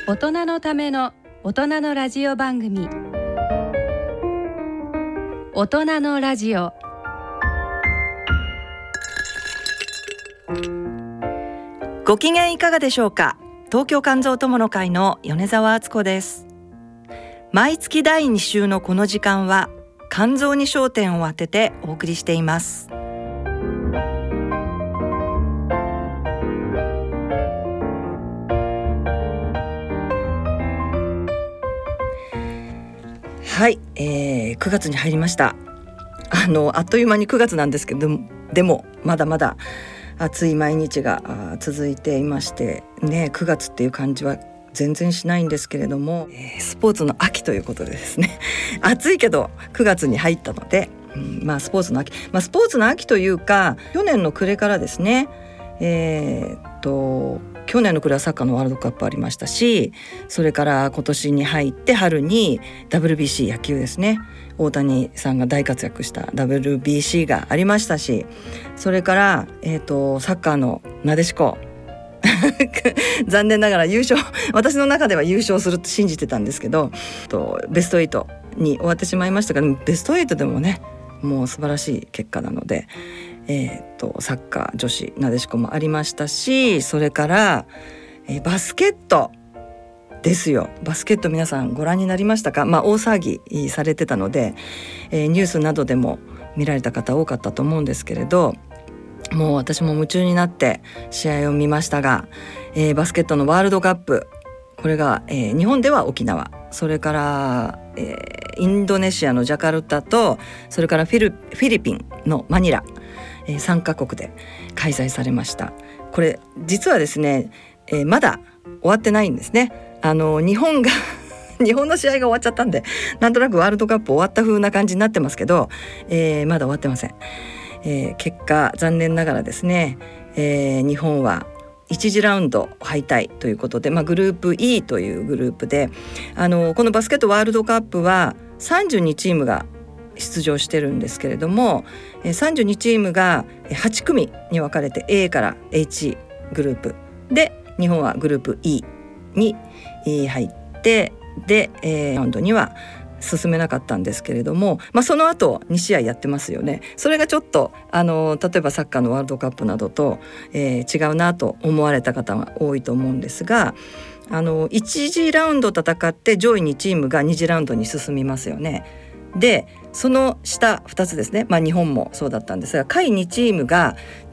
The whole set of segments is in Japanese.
大人のための大人のラジオ番組、大人のラジオ。 ご機嫌いかがでしょうか。東京肝臓友の会の米澤敦子です。毎月第2週のこの時間は肝臓に焦点を当ててお送りしています。はい、9月に入りました。あっという間に9月なんですけど、でもまだまだ暑い毎日が続いていましてね、9月っていう感じは全然しないんですけれども、スポーツの秋ということでですね暑いけど9月に入ったので、スポーツの秋、スポーツの秋というか、去年の暮れからですね、去年の暮れはサッカーのワールドカップありましたし、それから今年に入って春に WBC 野球ですね、大谷さんが大活躍した WBC がありましたし、それから、サッカーのなでしこ残念ながら優勝、私の中では優勝すると信じてたんですけど、ベスト8に終わってしまいましたが、ベスト8でもね、もう素晴らしい結果なので、サッカー女子なでしこもありましたし、それから、バスケットですよ。バスケット皆さんご覧になりましたか。大騒ぎされてたので、ニュースなどでも見られた方多かったと思うんですけれど、もう私も夢中になって試合を見ましたが、バスケットのワールドカップ、これが、日本では沖縄、それから、インドネシアのジャカルタと、それからフィリピンのマニラ、3カ国で開催されました。これ実はですね、まだ終わってないんですね。日本の試合が終わっちゃったんで、なんとなくワールドカップ終わった風な感じになってますけど、まだ終わってません。結果残念ながらですね、日本は1次ラウンド敗退ということで、グループ E というグループで、このバスケットワールドカップは32チームが出場してるんですけれども、32チームが8組に分かれて A から H グループで、日本はグループ E に入って、でラウンドには進めなかったんですけれども、その後2試合やってますよね。それがちょっと例えばサッカーのワールドカップなどと、違うなと思われた方が多いと思うんですが、1次ラウンド戦って上位2チームが2次ラウンドに進みますよね。でその下2つですね、日本もそうだったんですが、下位2チームが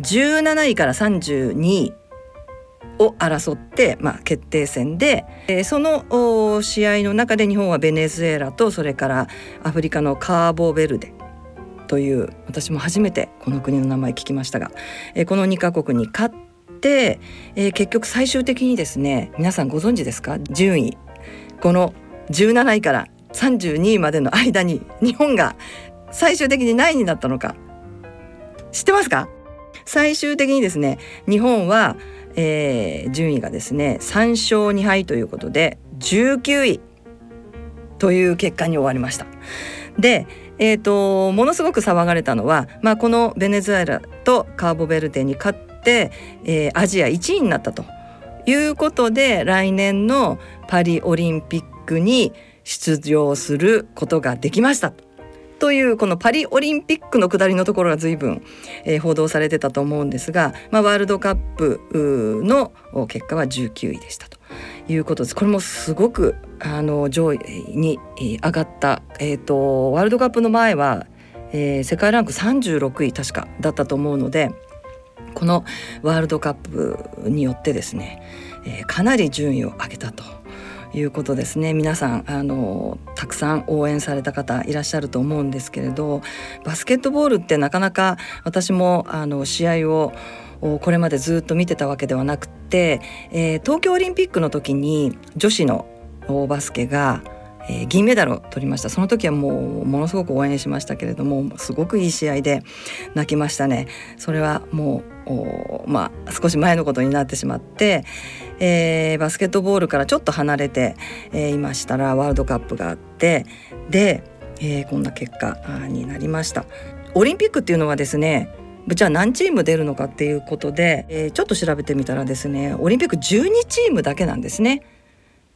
17位から32位を争って、決定戦で、その試合の中で日本はベネズエラと、それからアフリカのカーボベルデという、私も初めてこの国の名前聞きましたが、この2カ国に勝って、結局最終的にですね、皆さんご存知ですか、順位、この17位から32位までの間に日本が最終的に何位になったのか知ってますか。最終的にですね、日本は順位がですね3勝2敗ということで19位という結果に終わりました。で、ものすごく騒がれたのは、このベネズエラとカーボベルデに勝って、アジア1位になったということで、来年のパリオリンピックに出場することができましたという、このパリオリンピックの下りのところが随分、報道されてたと思うんですが、ワールドカップの結果は19位でしたということです。これもすごく上位に上がった、ワールドカップの前は、世界ランク36位確かだったと思うので、このワールドカップによってですね、かなり順位を上げたということですね。皆さんたくさん応援された方いらっしゃると思うんですけれど、バスケットボールってなかなか私も試合をこれまでずっと見てたわけではなくて、東京オリンピックの時に女子のバスケが銀メダルを取りました。その時はものすごく応援しましたけれども、すごくいい試合で泣きましたね。それはもう少し前のことになってしまって、バスケットボールからちょっと離れて、いましたら、ワールドカップがあって、で、こんな結果になりました。オリンピックっていうのはですね、じゃあ何チーム出るのかっていうことで、ちょっと調べてみたらですね、オリンピック12チームだけなんですね。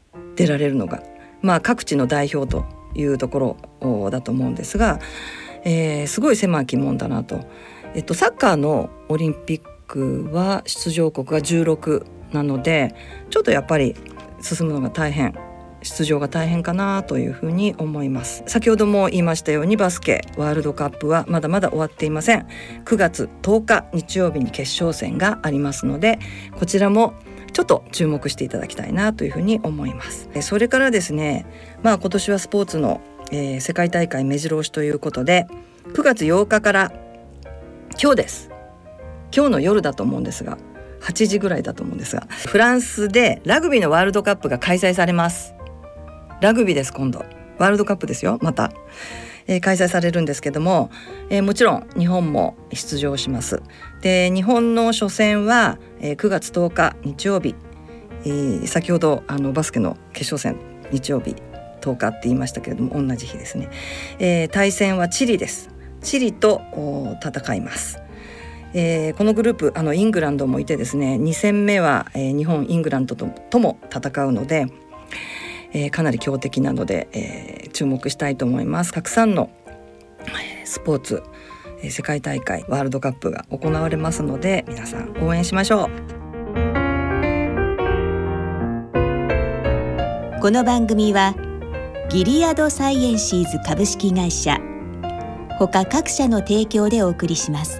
出られるのが、各地の代表というところだと思うんですが、すごい狭き門だなと。サッカーのオリンピックは出場国が16なので、ちょっとやっぱり進むのが大変、出場が大変かなというふうに思います。先ほども言いましたように、バスケワールドカップはまだまだ終わっていません。9月10日日曜日に決勝戦がありますので、こちらもちょっと注目していただきたいなというふうに思います。それからですね、今年はスポーツの、世界大会目白押しということで、9月8日から今日です。今日の夜だと思うんですが、8時ぐらいだと思うんですが、フランスでラグビーのワールドカップが開催されます。ラグビーです。今度ワールドカップですよ。また、開催されるんですけども、もちろん日本も出場します。で、日本の初戦は、9月10日日曜日、先ほどバスケの決勝戦日曜日10日って言いましたけれども、同じ日ですね。対戦はチリです。チリと戦います。このグループイングランドもいてですね、2戦目は、日本イングランドとも戦うので、かなり強敵なので、注目したいと思います。たくさんのスポーツ、世界大会ワールドカップが行われますので、皆さん応援しましょう。 この番組はギリアドサイエンシーズ株式会社他各社の提供でお送りします。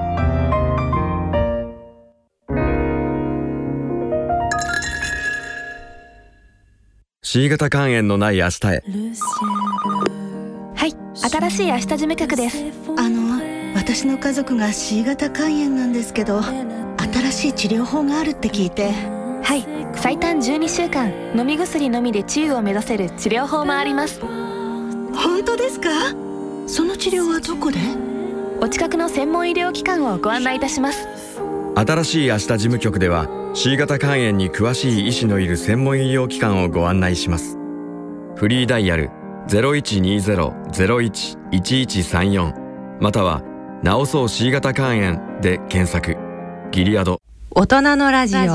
C 型肝炎のない明日へ。 はい、新しい明日事務局です。 私の家族が C 型肝炎なんですけど、新しい治療法があるって聞いて。 はい、最短12週間飲み薬のみで治癒を目指せる治療法もあります。 本当ですか？その治療はどこで？ お近くの専門医療機関をご案内いたします。 新しい明日事務局では C 型肝炎に詳しい医師のいる専門医療機関をご案内します。フリーダイヤル 0120-01-1134 または治そう C 型肝炎で検索。ギリアド大人のラジオ。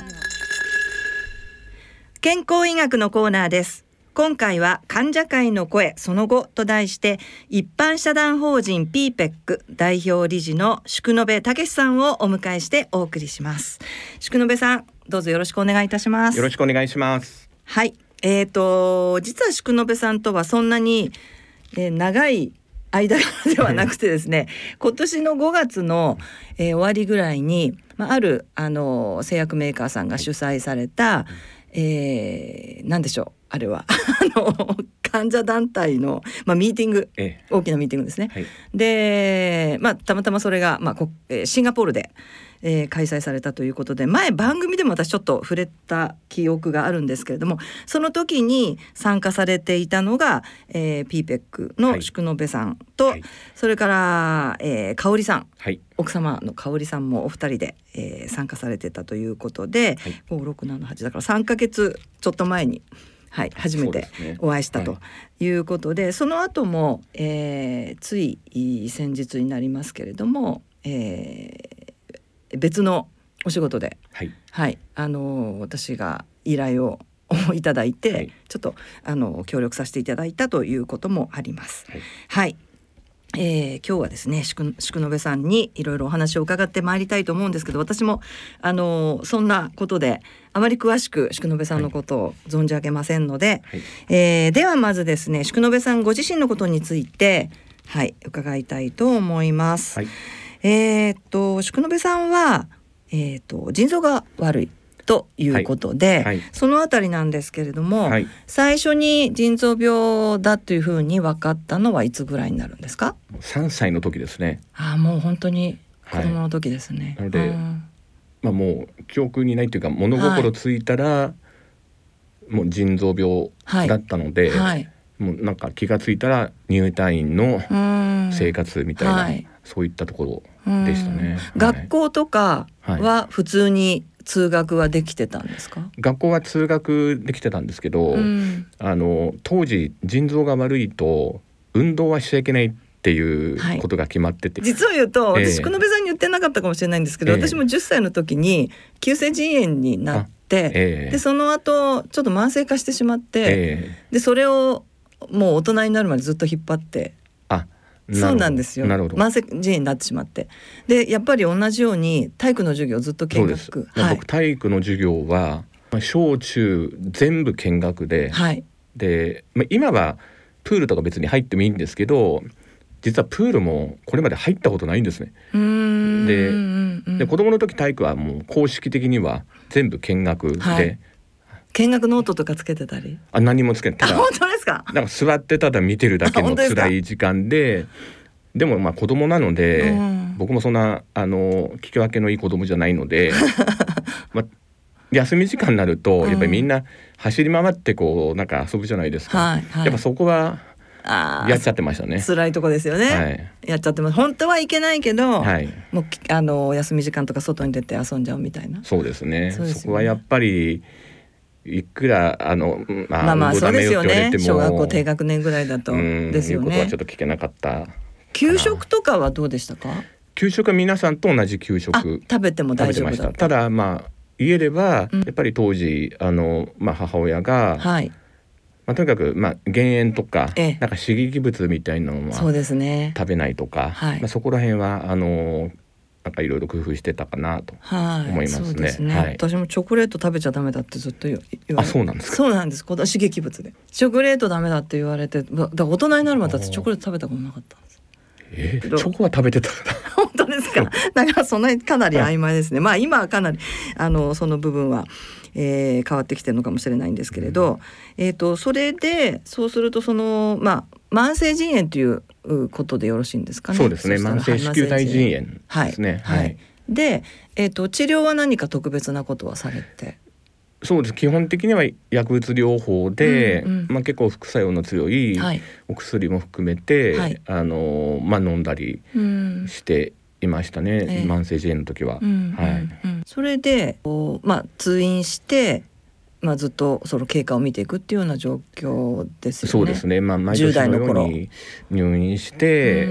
健康医学のコーナーです。今回は患者会の声その後と題して、一般社団法人 PPEC 代表理事の宿延武さんをお迎えしてお送りします。宿延さん、どうぞよろしくお願いいたします。 よろしくお願いします。 はい、実は宿延さんとはそんなに、長い間ではなくてですね、今年の5月の、終わりぐらいに、ある製薬メーカーさんが主催された、何でしょう、あれは患者団体の、ミーティング、大きなミーティングですね、はい、で、たまたまそれが、シンガポールで、開催されたということで、前番組でも私ちょっと触れた記憶があるんですけれども、その時に参加されていたのが、PPEC の宿延さんと、はい、それから、香織さん、はい、奥様の香織さんもお二人で、参加されてたということで、はい、5、6、7、8だから3ヶ月ちょっと前に、はい、初めてお会いしたということで、その後も、つい先日になりますけれども、別のお仕事で、はいはい、私が依頼をいただいて、はい、ちょっと協力させていただいたということもあります。はい、はい、今日はですね、宿延さんにいろいろお話を伺ってまいりたいと思うんですけど、私もそんなことであまり詳しく宿延さんのことを存じ上げませんので、はい、ではまずですね、宿延さんご自身のことについて、はい、伺いたいと思います。はい、宿延さんは、腎臓が悪いということで、はいはい、そのあたりなんですけれども、はい、最初に腎臓病だというふうに分かったのはいつぐらいになるんですか ？3歳の時ですね。 もう本当に子供の時ですね。 なので、もう記憶にないというか、物心ついたら、もう腎臓病だったので、もうなんか気がついたら入退院の生活みたいな、そういったところでしたね。 学校とかは普通に通学はできてたんですか？ 学校は通学できてたんですけど、当時腎臓が悪いと運動はしちゃいけないっていうことが決まってて、 実を言うと、私宿延さんに言ってなかったかもしれないんですけど、私も10歳の時に急性腎炎になっでその後ちょっと慢性化してしまって、でそれをもう大人になるまでずっと引っ張って、そうなんですよ。慢性腎炎になってしまって、でやっぱり同じように体育の授業ずっと見学。 僕体育の授業は小中全部見学で、で、今はプールとか別に入ってもいいんですけど、実はプールもこれまで入ったことないんですね。で子供の時体育はもう公式的には全部見学で、 見学ノートとかつけてたり、 何もつけない。 本当ですか？ なんか座ってただ見てるだけの辛い時間で、でも子供なので、僕もそんな聞き分けのいい子供じゃないので休み時間になるとやっぱりみんな走り回ってこうなんか遊ぶじゃないですか。やっぱそこはやっちゃってましたね。 辛いとこですよね。やっちゃってます。本当はいけないけど、もう休み時間とか外に出て遊んじゃうみたいな。 そうですね。そこはやっぱりいくらそうですよね。小学校低学年ぐらいだとですよね。 いうことはちょっと聞けなかった。 給食とかはどうでしたか？ 給食は皆さんと同じ給食食べても大丈夫だった。 ただ家ではやっぱり当時母親が、とにかく減塩とか、なんか刺激物みたいなのは食べないとか、そこら辺はなんかいろいろ工夫してたかなと思いますね。 私もチョコレート食べちゃダメだってずっと言われて。 そうなんですか？ そうなんです。刺激物でチョコレートダメだって言われて、大人になるまでチョコレート食べたことなかったんです。 チョコは食べてた本当ですか？だからそのかなり曖昧ですね。今はかなりその部分は、変わってきてるのかもしれないんですけれど、それでそうすると慢性腎炎ということでよろしいんですかね？ そうですね。慢性子宮体腎炎ですね。 で、治療は何か特別なことはされて？ そうです。基本的には薬物療法で、結構副作用の強いお薬も含めて、飲んだりしていましたね。慢性腎炎の時は。それで通院してずっとその経過を見ていくっていうような状況ですよね。 そうですね。毎年のように入院して、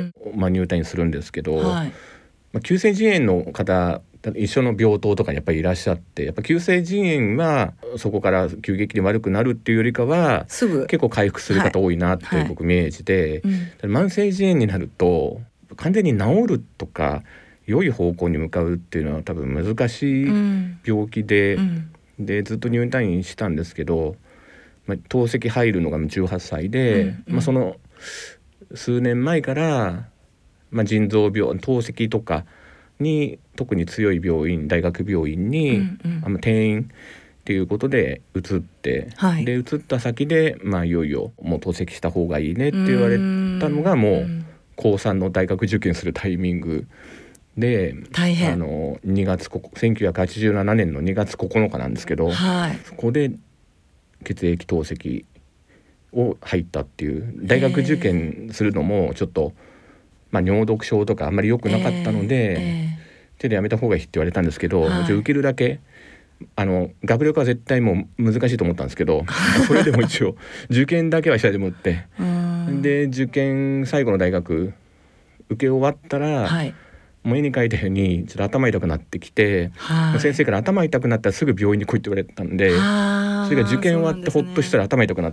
入退院するんですけど、急性腎炎の方一緒の病棟とかにやっぱりいらっしゃって、やっぱ急性腎炎はそこから急激に悪くなるっていうよりかは結構回復する方多いなって僕イメージで、慢性腎炎になると完全に治るとか良い方向に向かうっていうのは多分難しい病気で、でずっと入院退院したんですけど、透析入るのが18歳で、その数年前から、腎臓病透析とかに特に強い病院、大学病院に、転院っていうことで移って、で移った先で、いよいよもう透析した方がいいねって言われたのがもう高3の大学受験するタイミングで、 大変 1987年の2月9日なんですけど、そこで血液透析を入ったっていう。大学受験するのもちょっと尿毒症とかあんまり良くなかったので、手でやめた方がいいって言われたんですけど、受けるだけ学力は絶対もう難しいと思ったんですけどそれでも一応受験だけはしたいと思ってで受験最後の大学受け終わったら、もう絵に描いたようにちょっと頭痛くなってきて、先生から頭痛くなったらすぐ病院に来いって言われたんで、それが受験終わってほっとしたら頭痛くなって、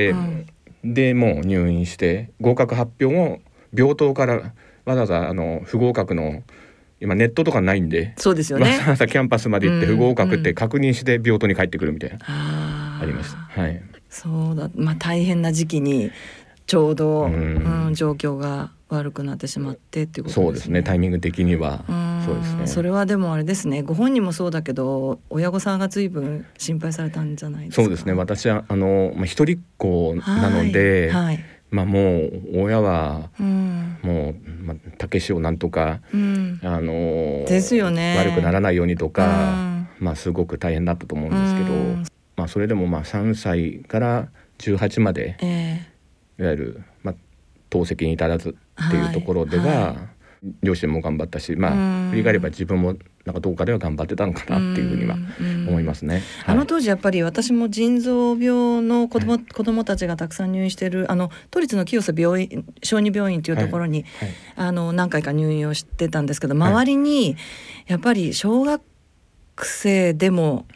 でもう入院して合格発表も病棟からわざわざ不合格の今ネットとかないんで、 そうですよね、 わざわざキャンパスまで行って不合格って確認して病棟に帰ってくるみたいな、ありました。 そうだ、大変な時期にちょうど、状況が悪くなってしまってっていうことですね。 そうですね、タイミング的にはそうですね。 それはでもあれですね、ご本人もそうだけど親御さんが随分心配されたんじゃないですか？ そうですね、私は一人っ子なので、もう親はもう武志をなんとか、 ですよね、 悪くならないようにとか、すごく大変だったと思うんですけど、それでも3歳から18まで、いわゆる透析に至らずっていうところでは、両親も頑張ったし、振り返れば自分もなんかどうかでは頑張ってたのかなっていうふうには思いますね。 当時やっぱり私も腎臓病の子供たちがたくさん入院している都立の清瀬小児病院というところに、何回か入院をしてたんですけど、周りにやっぱり小学生でも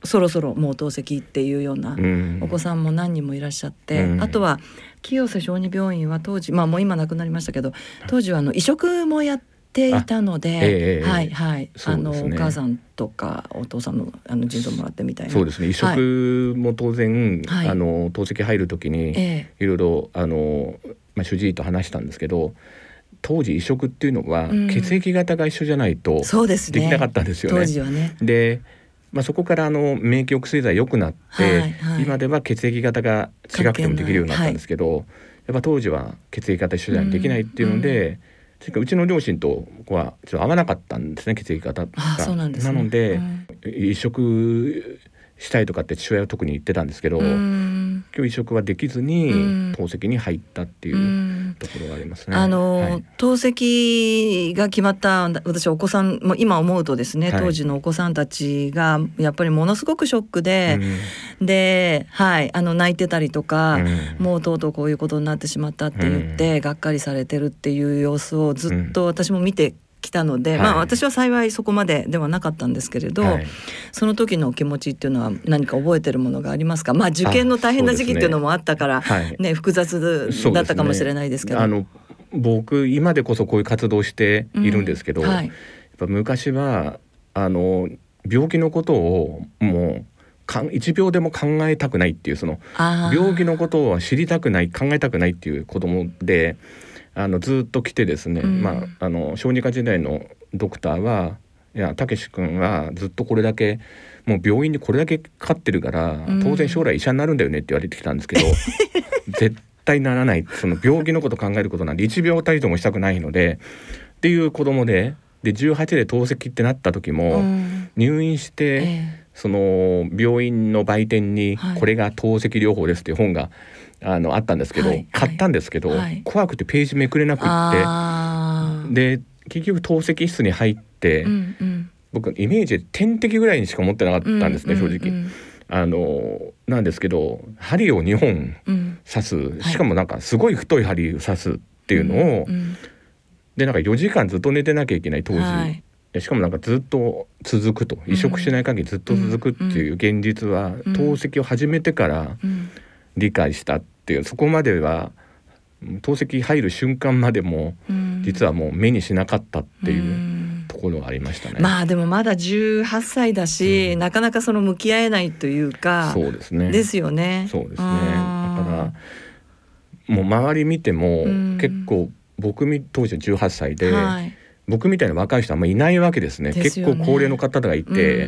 そろそろもう透析っていうようなお子さんも何人もいらっしゃって、あとは清瀬小児病院は当時、もう今亡くなりましたけど、当時は移植もやっていたので、はいはい、お母さんとかお父さんの腎臓もらってみたいな。 そうですね、移植も当然、透析入る時にいろいろ主治医と話したんですけど、当時移植っていうのは血液型が一緒じゃないとできなかったんですよね。 当時はね。 でそこから免疫抑制剤良くなって、今では血液型が違くてもできるようになったんですけど、やっぱ当時は血液型一緒じゃできないっていうので、うちの両親とはちょっと合わなかったんですね、血液型が。なので、移植したいとかって父親は特に言ってたんですけど、今日移植はできずに透析に入ったっていうところがありますね。 透析が決まった私お子さんも今思うとですね、当時のお子さんたちがやっぱりものすごくショックで、で、泣いてたりとか、もうとうとうこういうことになってしまったって言って、がっかりされてるっていう様子をずっと私も見て来たので、私は幸いそこまでではなかったんですけれど、その時のお気持ちっていうのは何か覚えてるものがありますか？受験の大変な時期っていうのもあったから、複雑だったかもしれないですけど、 僕今でこそこういう活動しているんですけど、やっぱ昔は病気のことをもう1秒でも考えたくないっていう、その病気のことは知りたくない、考えたくないっていう子供で、ずっと来てですね、小児科時代のドクターは、いやたけし君はずっとこれだけもう病院にこれだけかかってるから、当然将来医者になるんだよねって言われてきたんですけど、絶対ならない、その病気のこと考えることなんて1秒たりともしたくないのでっていう子供で18で透析ってなった時も、入院して、その病院の売店にこれが透析療法ですっていう本があったんですけど、買ったんですけど、怖くてページめくれなくって、で結局透析室に入って、僕イメージで点滴ぐらいにしか思ってなかったんですね、正直。なんですけど針を2本刺す、しかもなんかすごい太い針を刺すっていうのを、でなんか4時間ずっと寝てなきゃいけない当時、しかもなんかずっと続くと、移植しない限りずっと続くっていう現実は、透析を始めてから理解したっていう、そこまでは透析入る瞬間までも実はもう目にしなかったっていうところがありましたね。 でもまだ18歳だし、なかなかその向き合えないというか、 そうですね。 ですよね。 そうですね。だからもう周り見ても結構僕当時は18歳で、僕みたいな若い人はあんまいないわけですね。結構高齢の方がいて、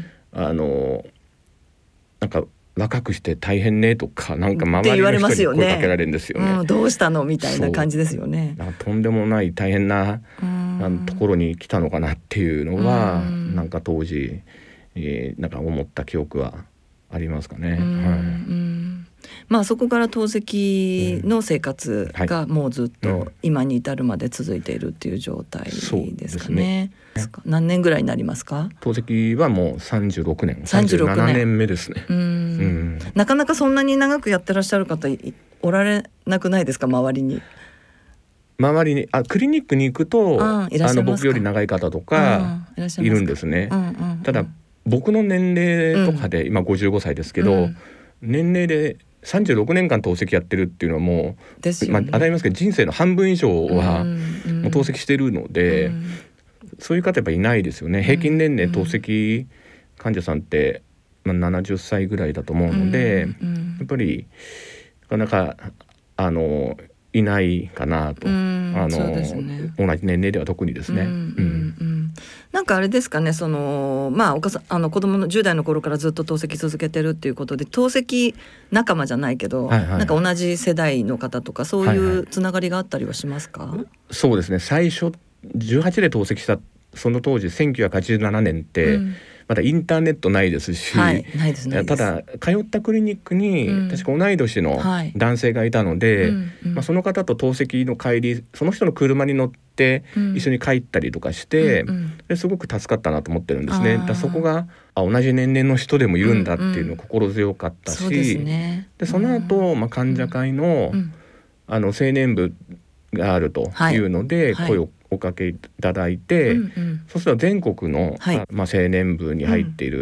なんか若くして大変ねとか、なんか周りの人に声かけられるんですよね。 どうしたのみたいな感じですよね。 とんでもない大変なところに来たのかなっていうのは、なんか当時、なんか思った記憶はありますかね。 そこから透析の生活がもうずっと今に至るまで続いているっていう状態ですかね。何年ぐらいになりますか？ 透析はもう36年37年目ですね。 なかなかそんなに長くやってらっしゃる方おられなくないですか？周りにクリニックに行くと僕より長い方とかいるんですね。ただ僕の年齢とかで、今55歳ですけど、年齢で36年間透析やってるっていうのはもう、当たりますけど人生の半分以上はもう透析してるので、そういう方やっぱいないですよね。平均年齢透析患者さんって70歳ぐらいだと思うので、やっぱりなかなかいないかなと、同じ年齢では特にですね。 なんかあれですかね、お子さん子供の10代の頃からずっと透析続けてるっていうことで、透析仲間じゃないけど、なんか同じ世代の方とかそういうつながりがあったりはしますか？ そうですね。最初18で透析したその当時1987年って、まだインターネットないですし、ただ通ったクリニックに確か同い年の男性がいたので、その方と透析の帰り、その人の車に乗って一緒に帰ったりとかして、ですごく助かったなと思ってるんですね。そこが同じ年齢の人でもいるんだっていうの心強かったし、でその後、患者会の青年部があるというので声をおかけいただいて、そうすると全国の、青年部に入っている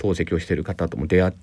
透析をしている方とも出会って、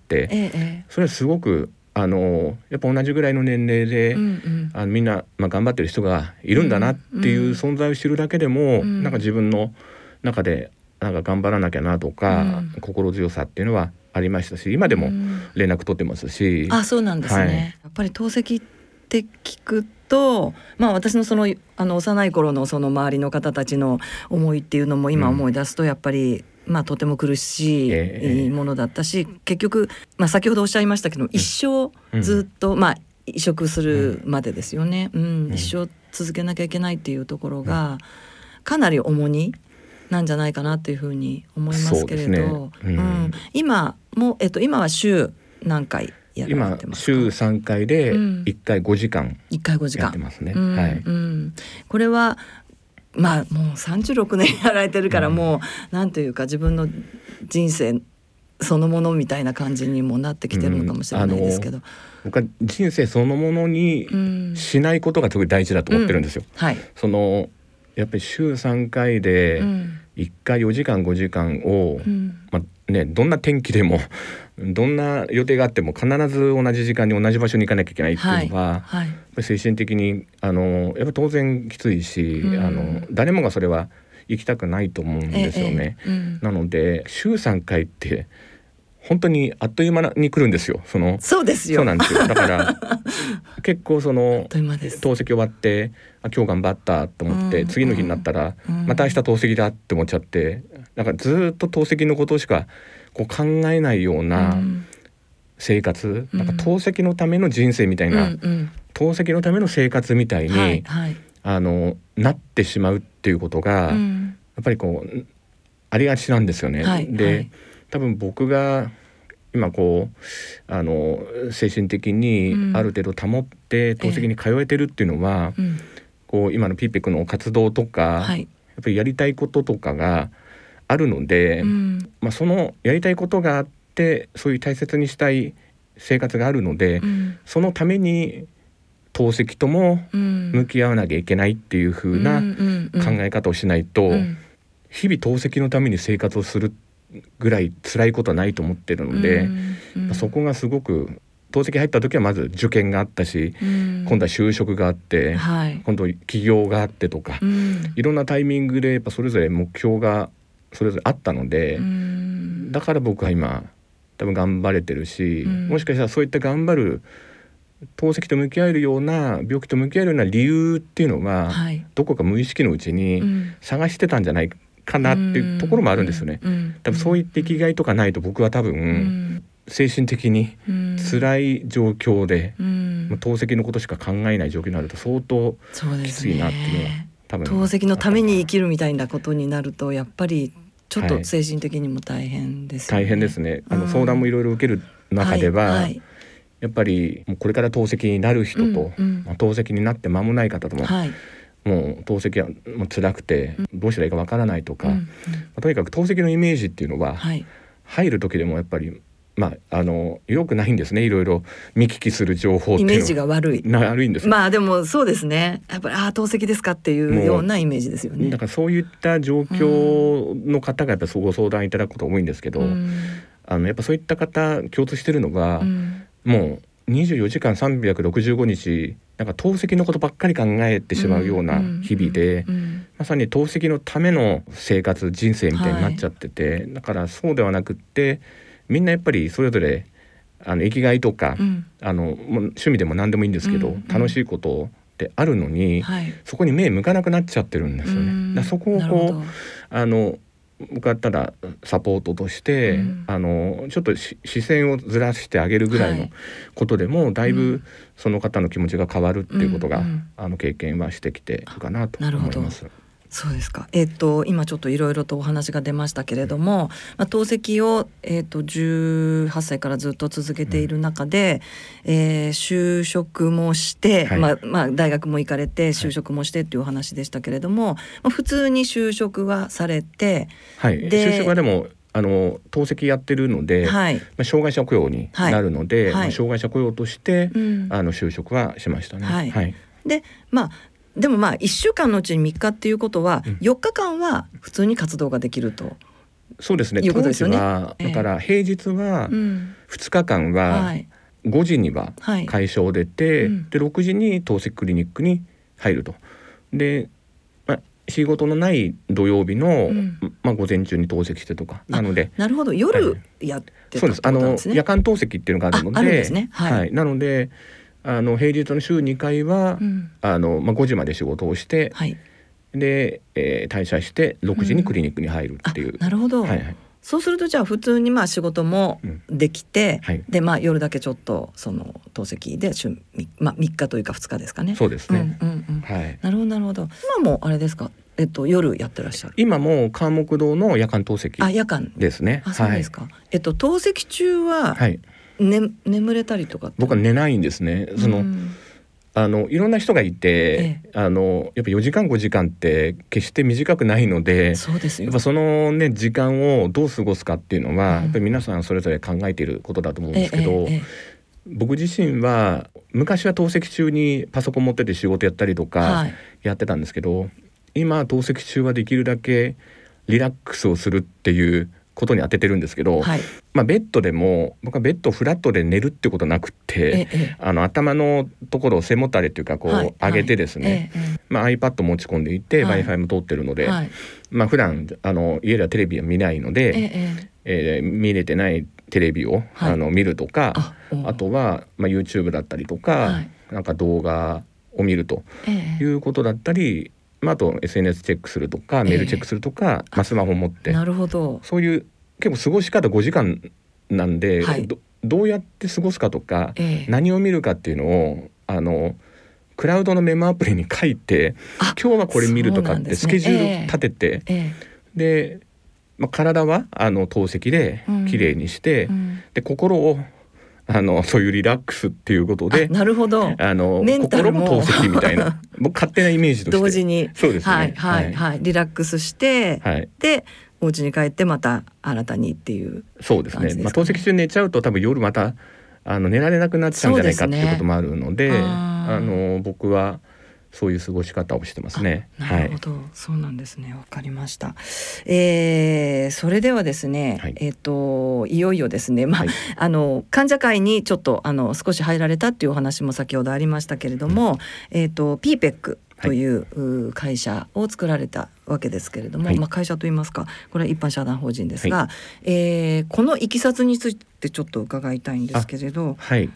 それはすごくやっぱ同じぐらいの年齢で、みんな、頑張ってる人がいるんだなっていう存在を知るだけでも、なんか自分の中でなんか頑張らなきゃなとか、心強さっていうのはありましたし、今でも連絡取ってますし。 そうなんですね、やっぱり透析って聞くと、私の幼い頃のその周りの方たちの思いっていうのも今思い出すとやっぱり、とても苦しいものだったし、結局、先ほどおっしゃいましたけど、一生ずっと、移植するまでですよね、一生続けなきゃいけないっていうところがかなり重荷なんじゃないかなというふうに思いますけれど、今も、今は週何回やられてますか？ 今週3回で1回5時間やってますね。 これはもう36年やられてるから、もうなんというか自分の人生そのものみたいな感じにもなってきてるのかもしれないですけど、 僕は人生そのものにしないことがすごい大事だと思ってるんですよ。やっぱり週3回で1回4時間5時間を、どんな天気でもどんな予定があっても必ず同じ時間に同じ場所に行かなきゃいけないっていうのは、やっぱり精神的にやっぱ当然きついし、誰もがそれは行きたくないと思うんですよね。なので週3回って本当にあっという間に来るんですよ。 そうですよ。 そうなんですよ。だから結構透析終わって今日頑張ったと思って、次の日になったらまた明日透析だって思っちゃって、なんかずっと透析のことしか考えないような生活、なんか透析のための人生みたいな、透析のための生活みたいに、なってしまうっていうことが、やっぱりありがちなんですよね。で、多分僕が今精神的にある程度保って透析に通えてるっていうのは、今のPPECの活動とか、やっぱりやりたいこととかがあるので、そのやりたいことがあって、そういう大切にしたい生活があるので、そのために透析とも向き合わなきゃいけないっていう風な考え方をしないと、日々透析のために生活をするぐらい辛いことはないと思ってるので、そこがすごく、透析入った時はまず受験があったし、今度は就職があって、今度起業があってとか、いろんなタイミングでやっぱそれぞれ目標がそれぞれあったので、だから僕は今多分頑張れてるし、もしかしたらそういった頑張る透析と向き合えるような、病気と向き合えるような理由っていうのが、どこか無意識のうちに探してたんじゃないかなっていうところもあるんですよね。多分そういった生きがいとかないと、僕は多分精神的に辛い状況で、透析のことしか考えない状況になると相当きついなっていうのは多分、 透析のために生きるみたいなことになると、やっぱりちょっと精神的にも大変ですよね。 大変ですね。相談もいろいろ受ける中では、やっぱりこれから透析になる人と、透析になって間もない方とも、もう透析はもう辛くてどうしたらいいかわからないとか、とにかく透析のイメージっていうのは、入る時でもやっぱり良くないんですね。いろいろ見聞きする情報っていうのはイメージが悪いんです。 でもそうですね。やっぱり透析ですかっていうようなイメージですよね。 だからそういった状況の方がやっぱりご相談いただくこと多いんですけど、やっぱそういった方共通してるのが、もう24時間365日なんか透析のことばっかり考えてしまうような日々で、まさに透析のための生活人生みたいになっちゃってて、だからそうではなくって、みんなやっぱりそれぞれ生きがいとか、もう趣味でも何でもいいんですけど、楽しいことってあるのに、そこに目向かなくなっちゃってるんですよね。だそこを僕はただサポートとして、ちょっと視線をずらしてあげるぐらいのことでも、だいぶその方の気持ちが変わるっていうことが、経験はしてきてるかなと思います。 そうですか。今ちょっといろいろとお話が出ましたけれども、透析を、18歳からずっと続けている中で、就職もして、大学も行かれて就職もしてっていうお話でしたけれども、普通に就職はされて、 就職はでも透析やってるので、障害者雇用になるので、障害者雇用として、就職はしましたね。 でも1週間のうちに3日っていうことは、4日間は普通に活動ができるとそうですね。当時はだから平日は2日間は5時には会社を出て、で6時に透析クリニックに入ると。で、仕事のない土曜日の、午前中に透析してとかなので。 なるほど、夜やってたってことなんですね。 夜間透析っていうのがあるので、 あるんですね。 なので平日の週2回は、5時まで仕事をして、で、退社して6時にクリニックに入るっていう。 なるほど。そうするとじゃあ普通に仕事もできて、で夜だけちょっとその透析で3日というか2日ですかね。 そうですね。 なるほどなるほど。今もあれですか、夜やってらっしゃる？ 今も関木堂の夜間透析夜間ですね。 そうですか。透析中は、眠れたりとかって？ 僕は寝ないんですね。いろんな人がいて、やっぱ4時間5時間って決して短くないので、 そうですよ。 やっぱそのね時間をどう過ごすかっていうのは、やっぱり皆さんそれぞれ考えていることだと思うんですけど、僕自身は昔は透析中にパソコン持ってて仕事やったりとかやってたんですけど、今透析中はできるだけリラックスをするっていうことに当ててるんですけど、ベッドでも僕はベッドフラットで寝るってことなくって、頭のところを背もたれっていうか上げてですね、iPad 持ち込んでいて、Wi-Fi も通ってるので、普段家ではテレビは見ないので、見れてないテレビを、見るとか、あとは、YouTube だったりとか、なんか動画を見るということだったり、あと SNS チェックするとかメールチェックするとか、スマホ持って、 なるほど、 そういう結構過ごし方5時間なんで、どうやって過ごすかとか、何を見るかっていうのをクラウドのメモアプリに書いて、今日はこれ見るとかってスケジュール立てて、で、体は透析できれいにして、で心をそういうリラックスっていうことで、 なるほど、 心も透析みたいな僕勝手なイメージとして同時に、 そうですね、 リラックスして、でお家に帰ってまた新たにっていう。 そうですね。透析中寝ちゃうと多分夜また寝られなくなっちゃうんじゃないかっていうこともあるので、僕はそういう過ごし方をしてますね。 なるほど、そうなんですね。わかりました。それではですね、いよいよですね、患者会にちょっと少し入られたっていうお話も先ほどありましたけれども、PPEC という会社を作られたわけですけれども、会社といいますか、これは一般社団法人ですが、このいきさつについてちょっと伺いたいんですけれど。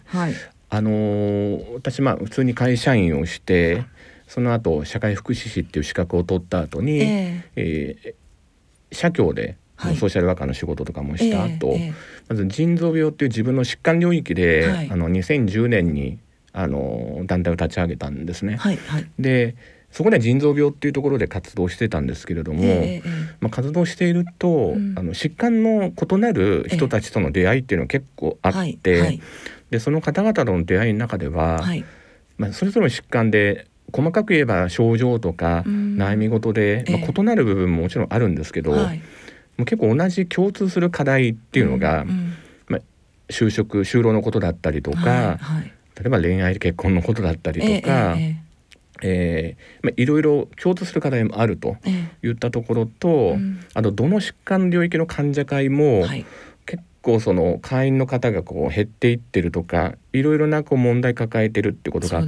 私普通に会社員をして、その後社会福祉士っていう資格を取った後に、社協でソーシャルワーカーの仕事とかもした後、まず腎臓病っていう自分の疾患領域で、2010年に団体を立ち上げたんですね。でそこでは腎臓病っていうところで活動してたんですけれども、活動していると、疾患の異なる人たちとの出会いっていうのが結構あって、でその方々との出会いの中では、それぞれの疾患で細かく言えば症状とか悩み事で、異なる部分ももちろんあるんですけど、もう結構同じ共通する課題っていうのが、就労のことだったりとか、例えば恋愛結婚のことだったりとか、いろいろ共通する課題もあるといったところと、あとどの疾患領域の患者会も、結構その会員の方が減っていってるとか、いろいろな問題抱えてるってことがあって、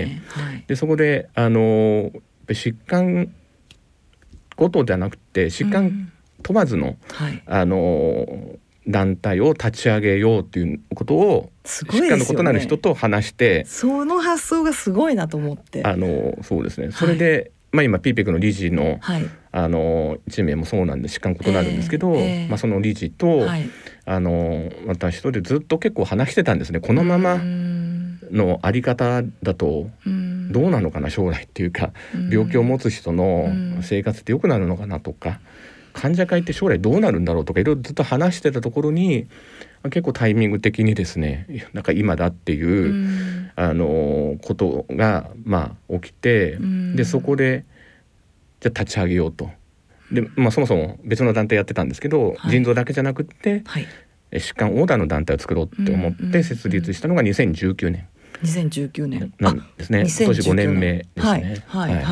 でそこで疾患ごとじゃなくて疾患問わずの、団体を立ち上げようということを、疾患の異なる人と話して、 その発想がすごいなと思って、 そうですね。それで、今 PPEC の理事の、1名もそうなんで疾患異なるんですけど、その理事と、私とでずっと結構話してたんですね。このままのあり方だとどうなのかな、将来っていうか、病気を持つ人の生活って良くなるのかなとか、患者会って将来どうなるんだろうとか、いろいろずっと話してたところに、結構タイミング的にですね、なんか今だっていう、ことが起きて、でそこでじゃあ立ち上げようと。で、そもそも別の団体やってたんですけど、腎臓だけじゃなくって、疾患横断の団体を作ろうって思って設立したのが2019年 2019年なんですね。今年5年目ですね。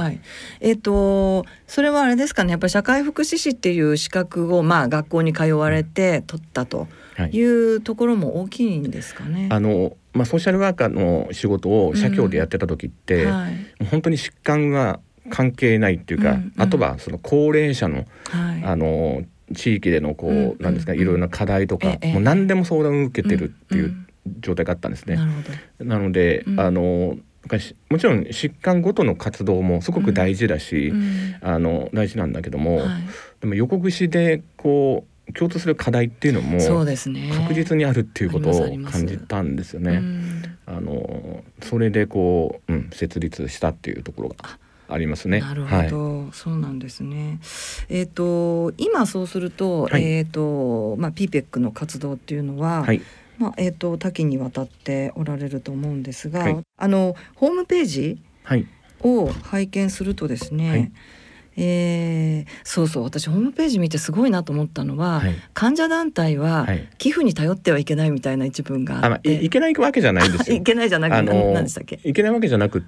それはあれですかね、やっぱり社会福祉士っていう資格を学校に通われて取ったというところも大きいんですかね。 ソーシャルワーカーの仕事を社協でやってた時って、本当に疾患は関係ないっていうか、あとはその高齢者の、地域でのなんですか、いろいろな課題とか、もう何でも相談を受けてるっていう状態があったんですね。なので、もちろん疾患ごとの活動もすごく大事だし、大事なんだけども、でも横串で共通する課題っていうのも確実にあるっていうことを感じたんですよね。それで設立したっていうところがありますね。 なるほど、そうなんですね。今そうすると、PPEC の活動っていうのは、多岐にわたっておられると思うんですが、ホームページを拝見するとですね、私ホームページ見てすごいなと思ったのは、患者団体は寄付に頼ってはいけないみたいな一文があって、 いけないわけじゃないですよ。 いけないじゃなくて、何でしたっけ。 いけないわけじゃなくって、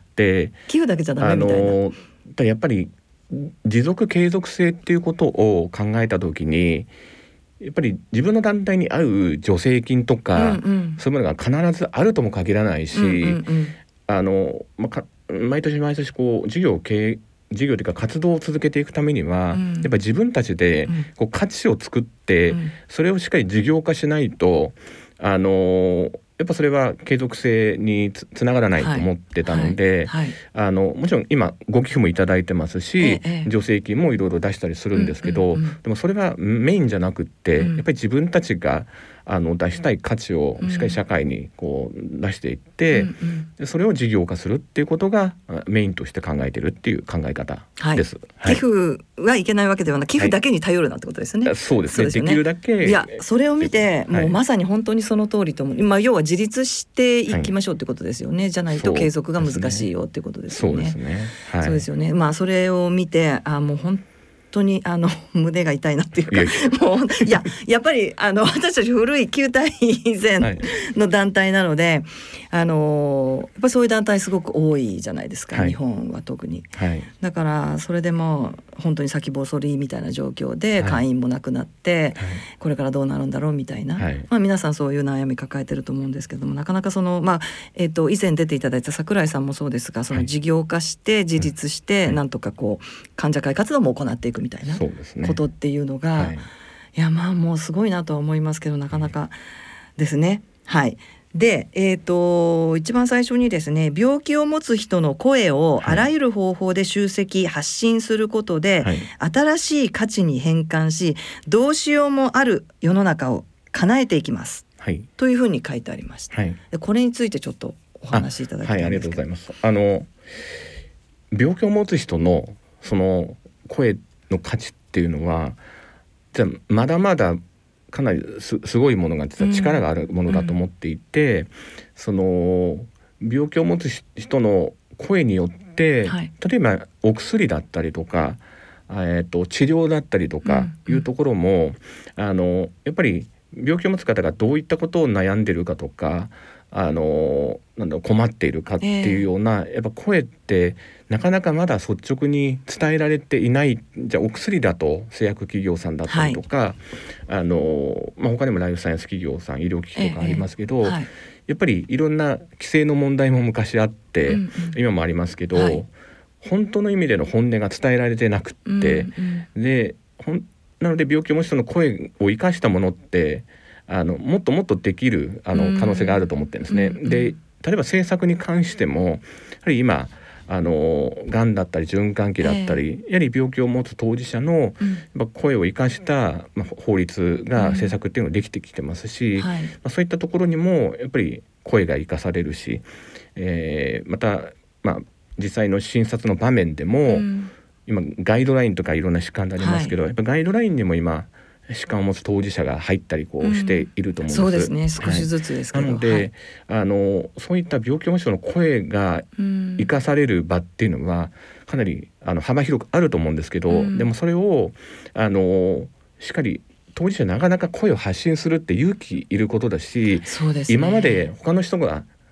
寄付だけじゃダメみたいな。 やっぱり持続継続性っていうことを考えた時に、やっぱり自分の団体に合う助成金とか、そういうものが必ずあるとも限らないし、毎年毎年事業というか活動を続けていくためには、やっぱり自分たちで価値を作って、それをしっかり事業化しないと、やっぱそれは継続性につながらないと思ってたので、もちろん今ご寄付もいただいてますし、助成金もいろいろ出したりするんですけど、でもそれはメインじゃなくって、やっぱり自分たちが出したい価値をしっかり社会に出していって、それを事業化するっていうことがメインとして考えてるっていう考え方です。 寄付はいけないわけではなく、寄付だけに頼るなってことですよね。 そうですね。できるだけ。 いや、それを見て、もうまさに本当にその通りと思う。要は自立していきましょうってことですよね。じゃないと継続が難しいよってことですよね。そうですよね。それを見て、もう本当に胸が痛いなっていうか、もうやっぱり私たち古い旧隊以前の団体なので、やっぱりそういう団体すごく多いじゃないですか、日本は特に。だからそれでも本当に先細りみたいな状況で会員もなくなって、これからどうなるんだろうみたいな、皆さんそういう悩み抱えてると思うんですけども、なかなか以前出ていただいた桜井さんもそうですが、その事業化して自立して、なんとか患者会活動も行っていくみたいなことっていうのが、もうすごいなとは思いますけど、なかなかですね。で、一番最初にですね、病気を持つ人の声をあらゆる方法で集積発信することで、新しい価値に変換し、どうしようもある世の中を叶えていきます、というふうに書いてありました。でこれについてちょっとお話しいただきたいんですけど。 ありがとうございます。病気を持つ人のその声の価値っていうのは、じゃまだまだかなりすごいものが、実は力があるものだと思っていて、その病気を持つ人の声によって、例えばお薬だったりとか、治療だったりとかいうところも、やっぱり病気を持つ方がどういったことを悩んでるかとか、困っているかっていうような、やっぱ声ってなかなかまだ率直に伝えられていない。じゃあお薬だと製薬企業さんだったりとか、他にもライフサイエンス企業さん、医療機器とかありますけど、やっぱりいろんな規制の問題も昔あって、今もありますけど、本当の意味での本音が伝えられてなくって、なので病気を持つ人の声を生かしたものってもっともっとできる可能性があると思ってるんですね。で、例えば政策に関しても、やはり今がんだったり循環器だったり、やはり病気を持つ当事者の声を生かした、法律が政策っていうのができてきてますし、そういったところにもやっぱり声が生かされるし、また、実際の診察の場面でも、今ガイドラインとかいろんな疾患がありますけど、やっぱガイドラインにも今疾患を持つ当事者が入ったりしていると思うんです。 そうですね、少しずつですけど、 なので、そういった病気を持つ人の声が生かされる場っていうのはかなり幅広くあると思うんですけど、でもそれをしっかり当事者なかなか声を発信するって勇気いることだし、今まで他の人が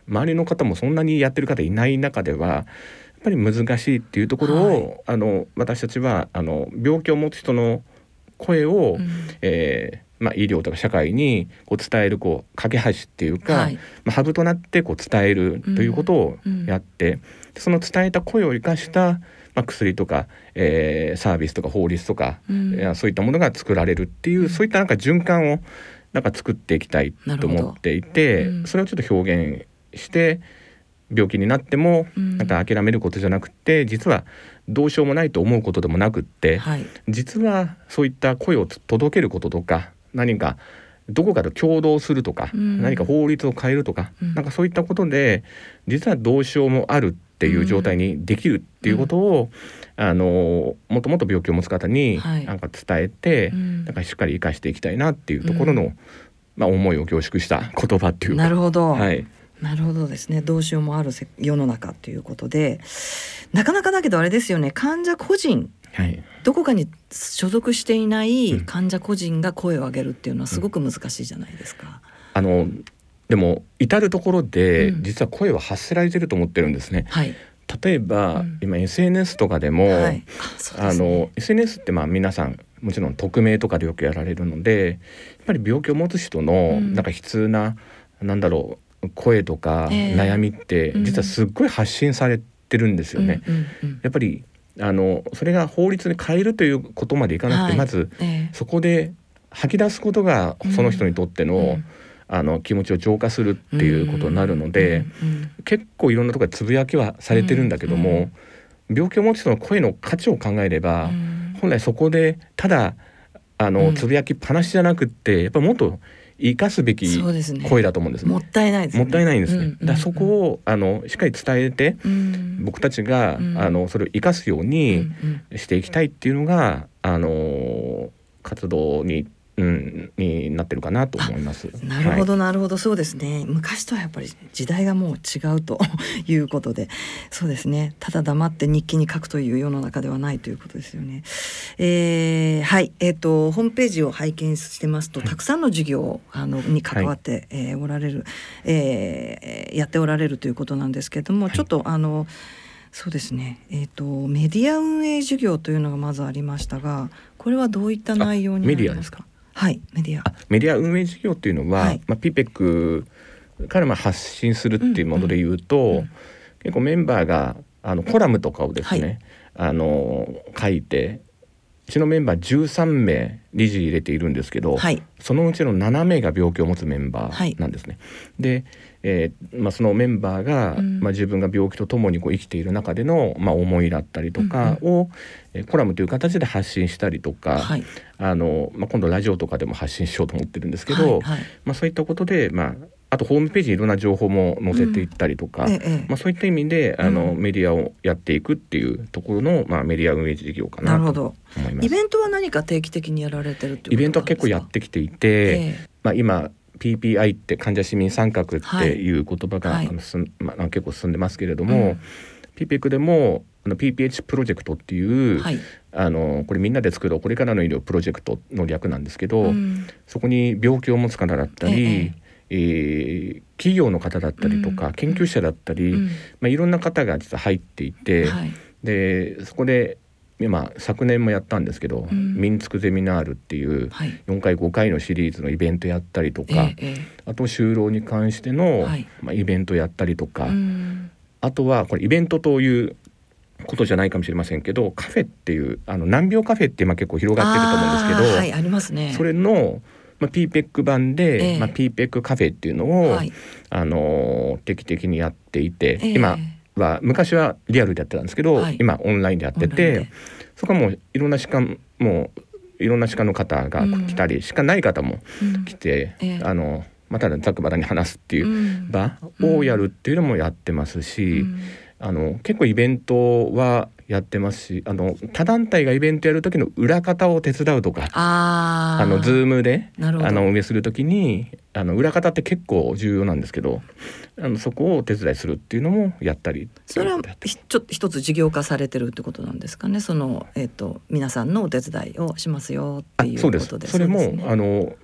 周りの方もそんなにやってる方いない中ではやっぱり難しいっていうところを、私たちは病気を持つ人の声を、医療とか社会に伝える架け橋っていうか、ハブとなって伝えるということをやって、その伝えた声を生かした薬とか、サービスとか法律とか、そういったものが作られるっていう、そういった循環を作っていきたいと思っていて、それをちょっと表現して病気になっても諦めることじゃなくて、実はどうしようもないと思うことでもなくって、実はそういった声を届けることとか、何かどこかと共同するとか、何か法律を変えるとか、そういったことで実はどうしようもあるっていう状態にできるっていうことを、もっともっと病気を持つ方に伝えて、しっかり生かしていきたいなっていうところの、思いを凝縮した言葉っていうか。 なるほど、なるほどですね。どうしようもある世の中ということで、なかなかだけどあれですよね、患者個人、どこかに所属していない患者個人が声を上げるっていうのはすごく難しいじゃないですか。 でも至るところで実は声は発せられてると思ってるんですね。例えば、今 SNS とかでも、SNS って皆さんもちろん匿名とかでよくやられるので、やっぱり病気を持つ人の悲痛な、声とか悩みって実はすっごい発信されてるんですよね。やっぱりそれが法律に変えるということまでいかなくて、まずそこで吐き出すことがその人にとっての、気持ちを浄化するっていうことになるので、結構いろんなところでつぶやきはされてるんだけども、病気を持つ人の声の価値を考えれば、本来そこでただつぶやきっぱなしじゃなくって、やっぱもっと生かすべき声だと思うんですね。 もったいないですね。 もったいないんですね。だからそこをしっかり伝えて、僕たちがそれを生かすようにしていきたいっていうのが活動になってるかなと思います。 なるほど、なるほど、そうですね。昔とはやっぱり時代がもう違うということで、そうですね、ただ黙って日記に書くという世の中ではないということですよね。ホームページを拝見してますと、たくさんの事業に関わっておられる、やっておられるということなんですけれども、ちょっとそうですね、メディア運営事業というのがまずありましたが、これはどういった内容になりますか？ メディアですか？ メディア運営事業っていうのは、PPEC から発信するっていうもので言うと、結構メンバーがコラムとかをですね、書いて、うちのメンバー13名理事入れているんですけど、そのうちの7名が病気を持つメンバーなんですね。で、そのメンバーが、自分が病気とともに生きている中での、思いだったりとかを、コラムという形で発信したりとか、今度ラジオとかでも発信しようと思ってるんですけど、そういったことで、あとホームページにいろんな情報も載せていったりとか、そういった意味でメディアをやっていくっていうところの、メディア運営事業かなと思います。 イベントは何か定期的にやられてるっていうことですか？ イベントは結構やってきていて、今PPI って患者市民参画っていう言葉が、結構進んでますけれども、PPEC でもPPH プロジェクトっていう、これみんなで作るこれからの医療プロジェクトの略なんですけど、そこに病気を持つ方だったり、企業の方だったりとか、研究者だったり、いろんな方が実は入っていて、でそこで昨年もやったんですけど、民つくゼミナールっていう4回5回のシリーズのイベントやったりとか、あと就労に関しての、イベントやったりとか、あとはこれイベントということじゃないかもしれませんけど、カフェっていう難病カフェって今結構広がってると思うんですけど、 ありますね。 それのPPEC 版で、PPEC カフェっていうのを、定期的にやっていて、昔はリアルでやってたんですけど、今オンラインでやってて、そこはもういろんな歯科の方が来たり、歯科ない方も来て、ただざっくばらんに話すっていう場をやるっていうのもやってますし、結構イベントはやってますし、他団体がイベントやる時の裏方を手伝うとか、Zoom で運営する時に裏方って結構重要なんですけど、そこをお手伝いするっていうのもやったり。 それはちょっと一つ事業化されてるってことなんですかね。皆さんのお手伝いをしますよっていうことです。 そうです。それも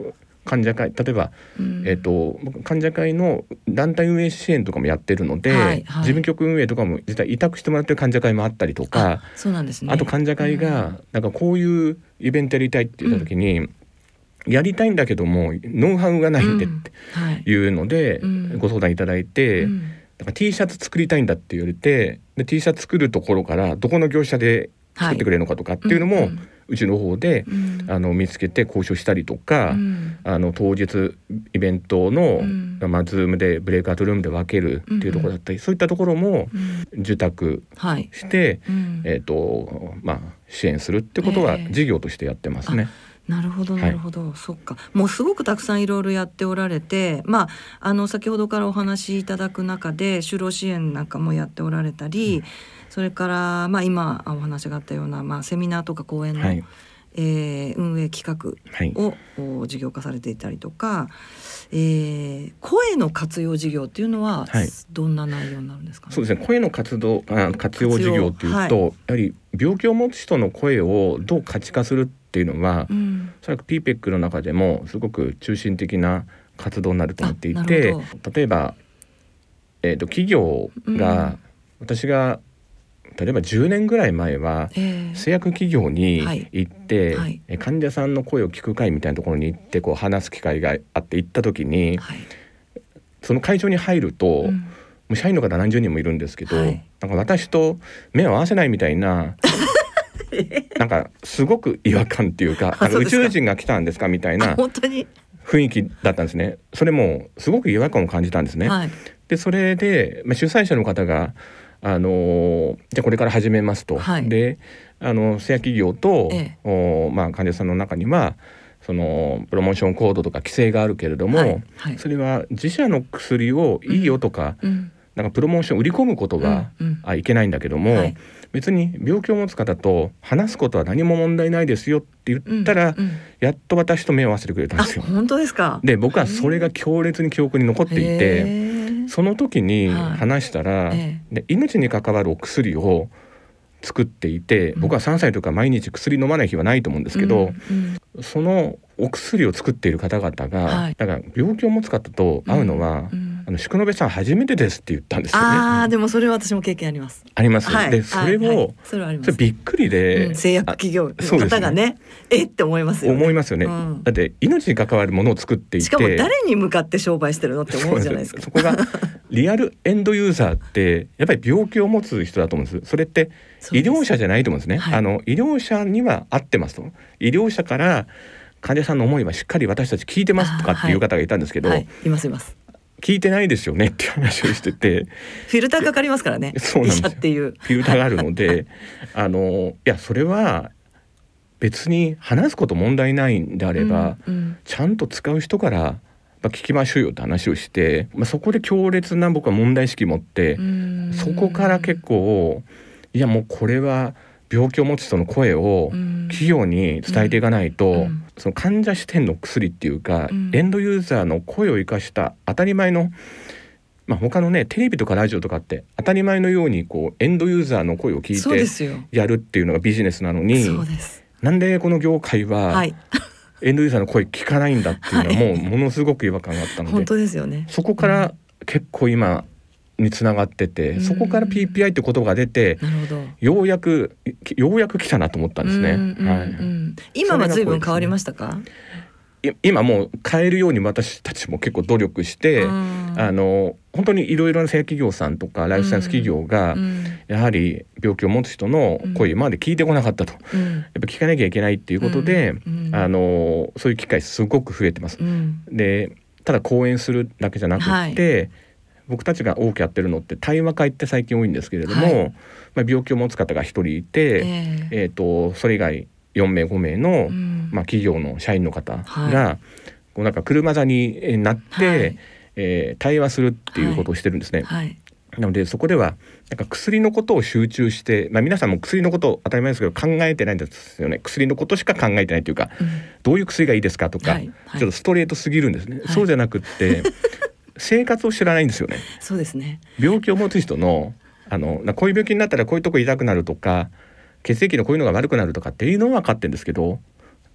患者会、例えば、患者会の団体運営支援とかもやってるので、事務局運営とかも実は委託してもらってる患者会もあったりとか、 そうなんですね。 あと患者会がなんかこういうイベントやりたいって言った時に、やりたいんだけどもノウハウがないんでっていうのでご相談いただいて、だから T シャツ作りたいんだって言われて、で T シャツ作るところからどこの業者で作ってくれるのかとかっていうのも、うちの方で、見つけて交渉したりとか、当日イベントの、Zoom でブレイクアウトルームで分けるっていうところだったり、そういったところも受託して、支援するってことは事業としてやってますね。 なるほどなるほど、そっか。もうすごくたくさんいろいろやっておられて、先ほどからお話しいただく中で就労支援なんかもやっておられたり、それから、今お話があったような、セミナーとか講演の、運営企画を事業化されていたりとか、声の活用事業っていうのはどんな内容になるんですかね。 そうですね、声の活用事業っていうと、やはり病気を持つ人の声をどう価値化するっていうのは、おそらく PPEC の中でもすごく中心的な活動になると思っていて、例えば、企業が、私が例えば10年ぐらい前は、製薬企業に行って、患者さんの声を聞く会みたいなところに行ってこう話す機会があって行った時に、その会場に入ると、もう社員の方何十人もいるんですけど、なんか私と目を合わせないみたいななんかすごく違和感っていうか、宇宙人が来たんですかみたいな雰囲気だったんですね。それもすごく違和感を感じたんですね。でそれで、主催者の方がじゃあこれから始めますと、で製薬企業と、患者さんの中にはそのプロモーションコードとか規制があるけれども、それは自社の薬をいいよとか、なんかプロモーション売り込むことが、いけないんだけども、別に病気を持つ方と話すことは何も問題ないですよって言ったら、やっと私と目を合わせてくれたんですよ。 本当ですか。 で僕はそれが強烈に記憶に残っていて、その時に話したら、で命に関わるお薬を作っていて、僕は3歳とか毎日薬飲まない日はないと思うんですけど、そのお薬を作っている方々が、だから病気を持つ方と会うのは、宿延さん初めてですって言ったんですよね。 でもそれは私も経験あります。 あります。でそれを、それびっくりで、 製薬企業の方がね、って思いますよね。 思いますよね。だって命に関わるものを作っていて、 しかも誰に向かって商売してるのって思うじゃないですか。 そこがリアルエンドユーザーってやっぱり病気を持つ人だと思うんです。それって医療者じゃないと思うんですね。医療者には合ってますと、医療者から患者さんの思いはしっかり私たち聞いてますとかっていう方がいたんですけど、 いますいます。 聞いてないですよねっていう話をしててフィルターかかりますからね。 そうなんですよ。 っていうフィルターがあるのでいやそれは別に話すこと問題ないんであれば、ちゃんと使う人から聞きましょうよって話をして、そこで強烈な僕は問題意識持って、そこから結構いやもうこれは病気を持つ人の声を企業に伝えていかないと、その患者視点の薬っていうか、エンドユーザーの声を生かした当たり前の、他のねテレビとかラジオとかって当たり前のようにこうエンドユーザーの声を聞いてやるっていうのがビジネスなのに、なんでこの業界は、エンドユーザーの声聞かないんだっていうのはもうものすごく違和感があったので、 本当ですよね。 そこから結構今につながってて、そこから PPI って言葉が出て、ようやく来たなと思ったんですね。 今は随分変わりましたか？ 今もう変えるように私たちも結構努力して、本当にいろいろな製薬企業さんとかライフサイエンス企業が、やはり病気を持つ人の声今まで聞いてこなかったと、やっぱ聞かなきゃいけないっていうことで、そういう機会すごく増えてます。でただ講演するだけじゃなくって、僕たちが多くやってるのって対話会って最近多いんですけれども、病気を持つ方が1人いて、それ以外4名5名の、企業の社員の方が、こうなんか車座になって、対話するっていうことをしてるんですね。なのでそこではなんか薬のことを集中して、皆さんも薬のことを当たり前ですけど考えてないんですよね。薬のことしか考えてないというか、どういう薬がいいですかとか、ちょっとストレートすぎるんですね。そうじゃなくって生活を知らないんですよね。 そうですね。 病気を持つ人のこういう病気になったらこういうとこ痛くなるとか、血液のこういうのが悪くなるとかっていうのは分かってるんですけど、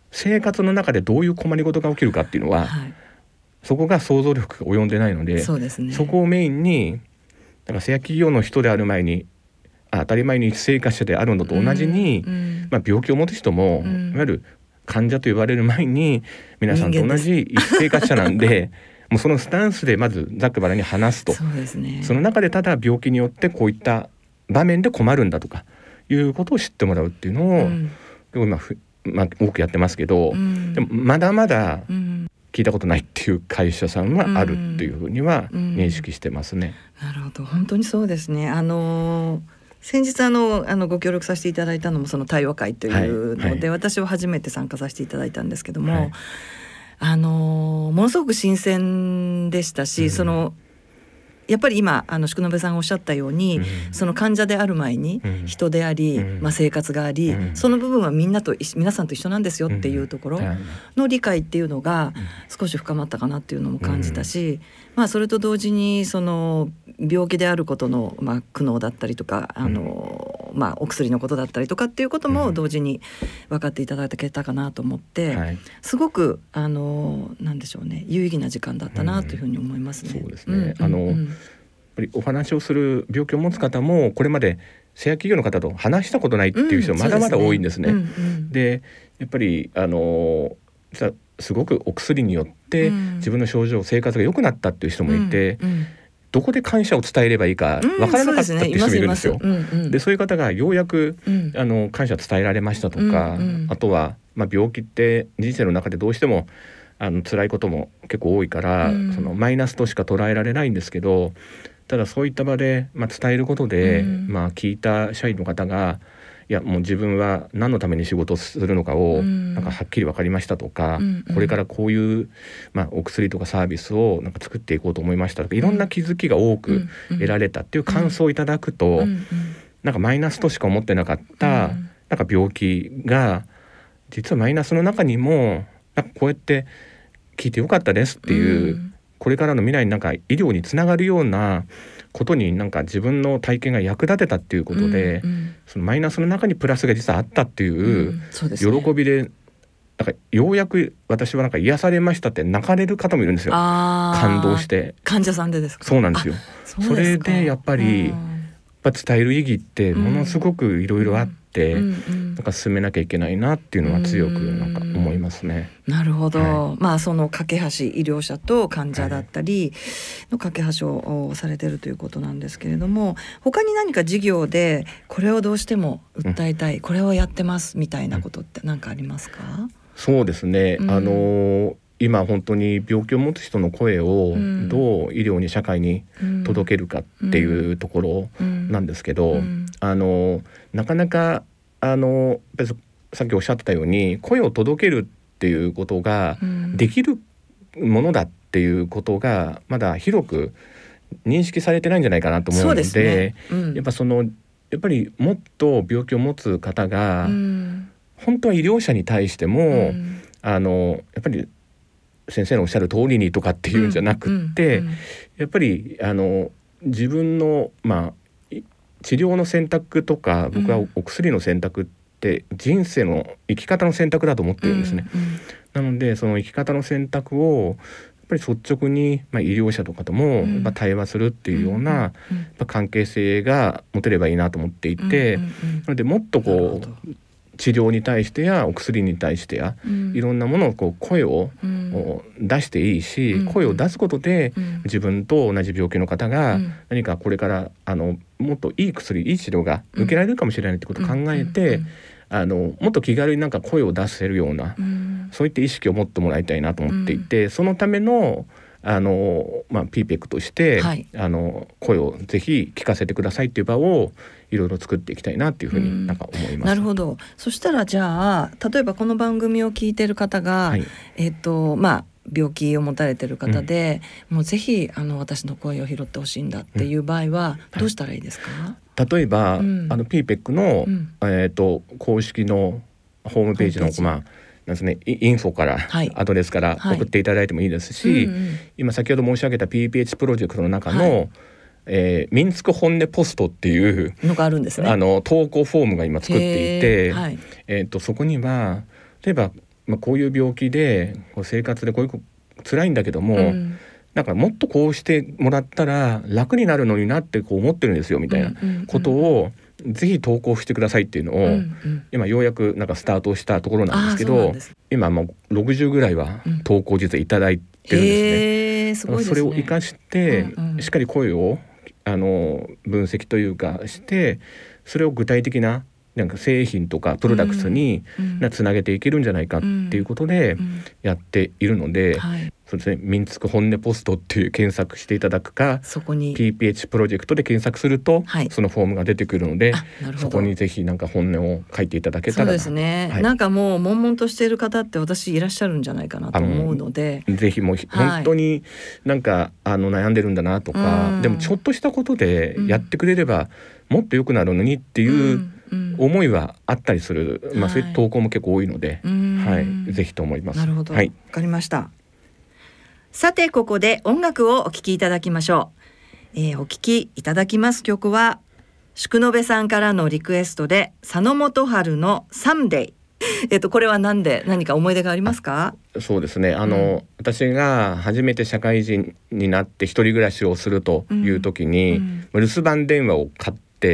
生活の中でどういう困りごとが起きるかっていうのは、そこが想像力が及んでないので、 そうですね、 そこをメインにだから製薬企業の人である前に当たり前に一生活者であるのと同じに、病気を持つ人も、いわゆる患者と言われる前に皆さんと同じ一生活者なんでもうそのスタンスでまずざっくばらんに話すと。 そうですね、 その中でただ病気によってこういった場面で困るんだとかいうことを知ってもらうっていうのを、今多くやってますけど、でもまだまだ聞いたことないっていう会社さんはあるっていうふうには認識してますね。 なるほど、本当にそうですね。先日ご協力させていただいたのもその対話会というので、私は初めて参加させていただいたんですけども、ものすごく新鮮でしたし、やっぱり今宿延さんがおっしゃったように、その患者である前に人であり、生活があり、その部分は皆さんと一緒なんですよっていうところの理解っていうのが少し深まったかなっていうのも感じたし、それと同時にその病気であることの苦悩だったりとかお薬のことだったりとかっていうことも同時に分かっていただけたかなと思って、すごくなんでしょうね、有意義な時間だったなというふうに思いますね。 そうですね、やっぱりお話をする病気を持つ方もこれまで製薬企業の方と話したことないっていう人まだまだ多いんですね。でやっぱりすごくお薬によって自分の症状、生活が良くなったっていう人もいて、どこで感謝を伝えればいいか分からなかったっていう人もいるんですよ。でそういう方がようやく感謝伝えられましたとか、あとは病気って人生の中でどうしても辛いことも結構多いから、そのマイナスとしか捉えられないんですけど、ただそういった場で、伝えることで、聞いた社員の方がいやもう自分は何のために仕事をするのかをなんかはっきり分かりましたとか、これからこういう、お薬とかサービスをなんか作っていこうと思いましたとか、いろんな気づきが多く得られたっていう感想をいただくと、なんかマイナスとしか思ってなかった、なんか病気が実はマイナスの中にもなんかこうやって聞いてよかったですっていう、これからの未来になんか医療につながるようなことになんか自分の体験が役立てたっていうことで、そのマイナスの中にプラスが実はあったっていう喜びで、なんかようやく私はなんか癒されましたって泣かれる方もいるんですよ。感動して。 患者さんでですか？ そうなんですよ。それでやっぱり伝える意義ってものすごくいろいろあって、なんか進めなきゃいけないなっていうのは強くなんか思いますね。 なるほど、その架け橋、医療者と患者だったりの架け橋をされてるということなんですけれども、他に何か事業でこれをどうしても訴えたい、これをやってますみたいなことって何かありますか？ そうですね、今本当に病気を持つ人の声をどう医療に社会に届けるかっていうところなんですけど、なかなかさっきおっしゃってたように声を届けるっていうことができるものだっていうことがまだ広く認識されてないんじゃないかなと思うので、やっぱりもっと病気を持つ方が本当は医療者に対してもやっぱり先生のおっしゃる通りにとかっていうんじゃなくって、やっぱり自分の治療の選択とか、僕はお薬の選択って人生の生き方の選択だと思ってるんですね。なのでその生き方の選択をやっぱり率直に、医療者とかとも対話するっていうような関係性が持てればいいなと思っていて、なのでもっとこう治療に対してやお薬に対してや、いろんなものをこう声を出していいし、声を出すことで自分と同じ病気の方が何かこれからもっといい薬、いい治療が受けられるかもしれないってことを考えて、もっと気軽になんか声を出せるような、そういった意識を持ってもらいたいなと思っていて、そのためのPPEC として、声をぜひ聞かせてくださいっていう場をいろいろ作っていきたいなっていうふうになんか思います。 なるほど。そしたらじゃあ例えばこの番組を聞いてる方が、病気を持たれてる方で、もうぜひ私の声を拾ってほしいんだっていう場合はどうしたらいいですか？ 例えば、PPEC の、公式のホームページのなんですね、インフォからアドレスから送っていただいてもいいですし、今先ほど申し上げた PPH プロジェクトの中の、ミンスク本音ポストっていうのがあるんですね。 投稿フォームが今作っていて、そこには例えばこういう病気で生活でこういう辛いんだけども、なんかもっとこうしてもらったら楽になるのになって思ってるんですよみたいなことをぜひ投稿してくださいっていうのを、今ようやくなんかスタートしたところなんですけど、今もう60ぐらいは投稿実はいただいてるんですね。すごいですね。それを生かして、しっかり声を分析というかして、それを具体的ななんか製品とかプロダクトにつなげていけるんじゃないかっていうことでやっているので、そうですね、民族本音ポストっていう検索していただくか、そこに PPH プロジェクトで検索すると、そのフォームが出てくるので、そこにぜひなんか本音を書いていただけたら。 そうですね、なんかもう悶々としている方って私いらっしゃるんじゃないかなと思うので、 ぜひもう本当になんか悩んでるんだなとか、でもちょっとしたことでやってくれればもっと良くなるのにっていう思いはあったりする、そういう投稿も結構多いので、ぜひと思います。 なるほど、わかりました。さてここで音楽をお聴きいただきましょう。お聴きいただきます曲は宿延さんからのリクエストで佐野元春のサムデイ。これは何か思い出がありますか？ そうですね、私が初めて社会人になって一人暮らしをするという時に、留守番電話を買って、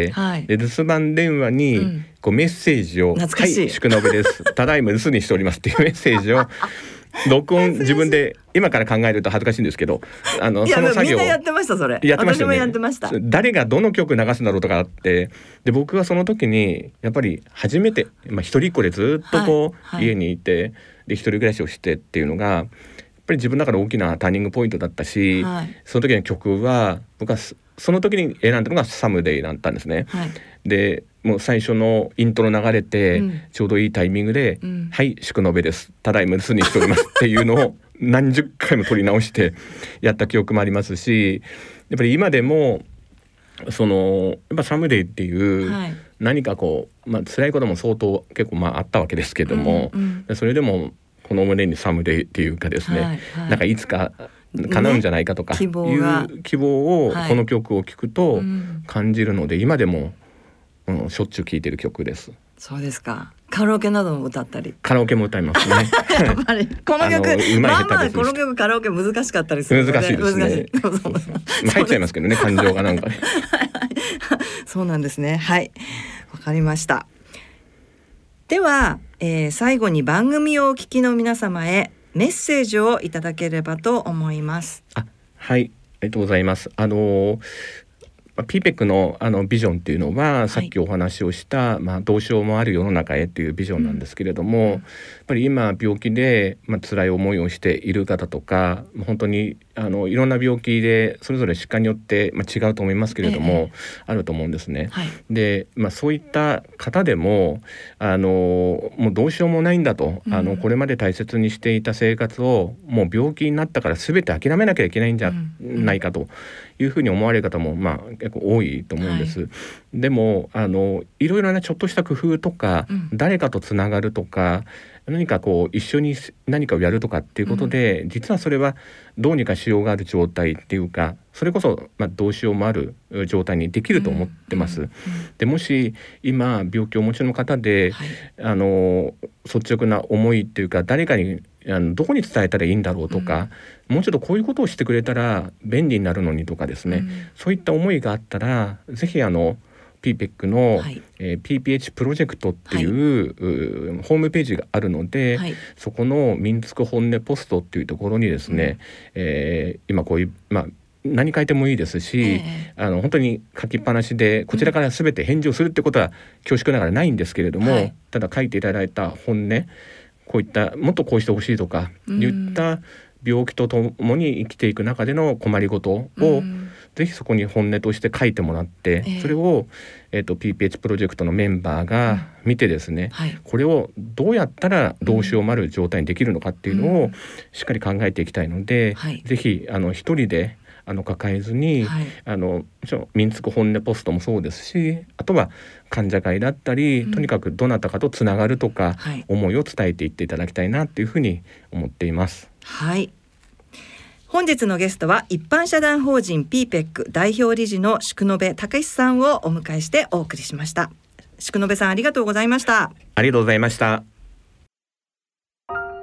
で留守番電話にメッセージを、はい宿延ですただいま留守にしておりますっていうメッセージを録音自分で今から考えると恥ずかしいんですけど、その作業みんなやってました。それやってましたよね。 私もやってました。 誰がどの曲流すんだろうとかあって、で僕はその時にやっぱり初めて、一人っ子でずっと家にいて、で一人暮らしをしてっていうのがやっぱり自分の中で大きなターニングポイントだったし、その時の曲は僕はその時に選んだのがサムデイだったんですね。でもう最初のイントロ流れて、ちょうどいいタイミングで、はい宿延ですただいま留守にしておりますっていうのを何十回も撮り直してやった記憶もありますし、やっぱり今でもやっぱサムデイっていう、何か辛いことも相当結構あったわけですけども、それでもこの胸にサムデイっていうかですね、なんかいつか叶うんじゃないかとかいう希望をこの曲を聴くと感じるので、今でもしょっちゅう聴いてる曲です。 そうですか。カラオケなども歌ったり。 カラオケも歌いますねやっぱりこの曲この曲カラオケ難しかったりするので。 難しいですね入っちゃいますけどね、感情がなんかねそうなんですね。はい、わかりました。では、最後に番組をお聞きの皆様へメッセージをいただければと思います。 はい、ありがとうございます。PPEC のビジョンっていうのは、さっきお話をした、どうしようもある世の中へっていうビジョンなんですけれども、やっぱり今病気で、辛い思いをしている方とか、本当にいろんな病気でそれぞれ疾患によって、違うと思いますけれども、あると思うんですね。で、そういった方でももうどうしようもないんだと、これまで大切にしていた生活をもう病気になったから全て諦めなきゃいけないんじゃないかというふうに思われる方も結構多いと思うんです。でもいろいろなちょっとした工夫とか、誰かとつながるとか、何か一緒に何かをやるとかっていうことで、実はそれはどうにかしようがある状態っていうか、それこそどうしようもある状態にできると思ってます。でもし今病気をお持ちの方で、率直な思いっていうか、誰かにどこに伝えたらいいんだろうとか、もうちょっとこういうことをしてくれたら便利になるのにとかですね、そういった思いがあったら、ぜひPPEC の、PPH プロジェクトっていう、ホームページがあるので、そこの民族本音ポストっていうところにですね、今こういう何書いてもいいですし、本当に書きっぱなしでこちらから全て返事をするってことは恐縮ながらないんですけれども、ただ書いていただいた本音、こういったもっとこうしてほしいとか言った病気とともに生きていく中での困りごとを、ぜひそこに本音として書いてもらって、それを、PPH プロジェクトのメンバーが見てですね、これをどうやったらどうしようもある状態にできるのかっていうのをしっかり考えていきたいので、ぜひ一人で抱えずに、もちろん民族本音ポストもそうですし、あとは患者会だったり、とにかくどなたかとつながるとか、思いを伝えていっていただきたいなっていうふうに思っています。 はい、本日のゲストは一般社団法人 PPEC 代表理事の宿延武さんをお迎えしてお送りしました。宿延さん、ありがとうございました。 ありがとうございました。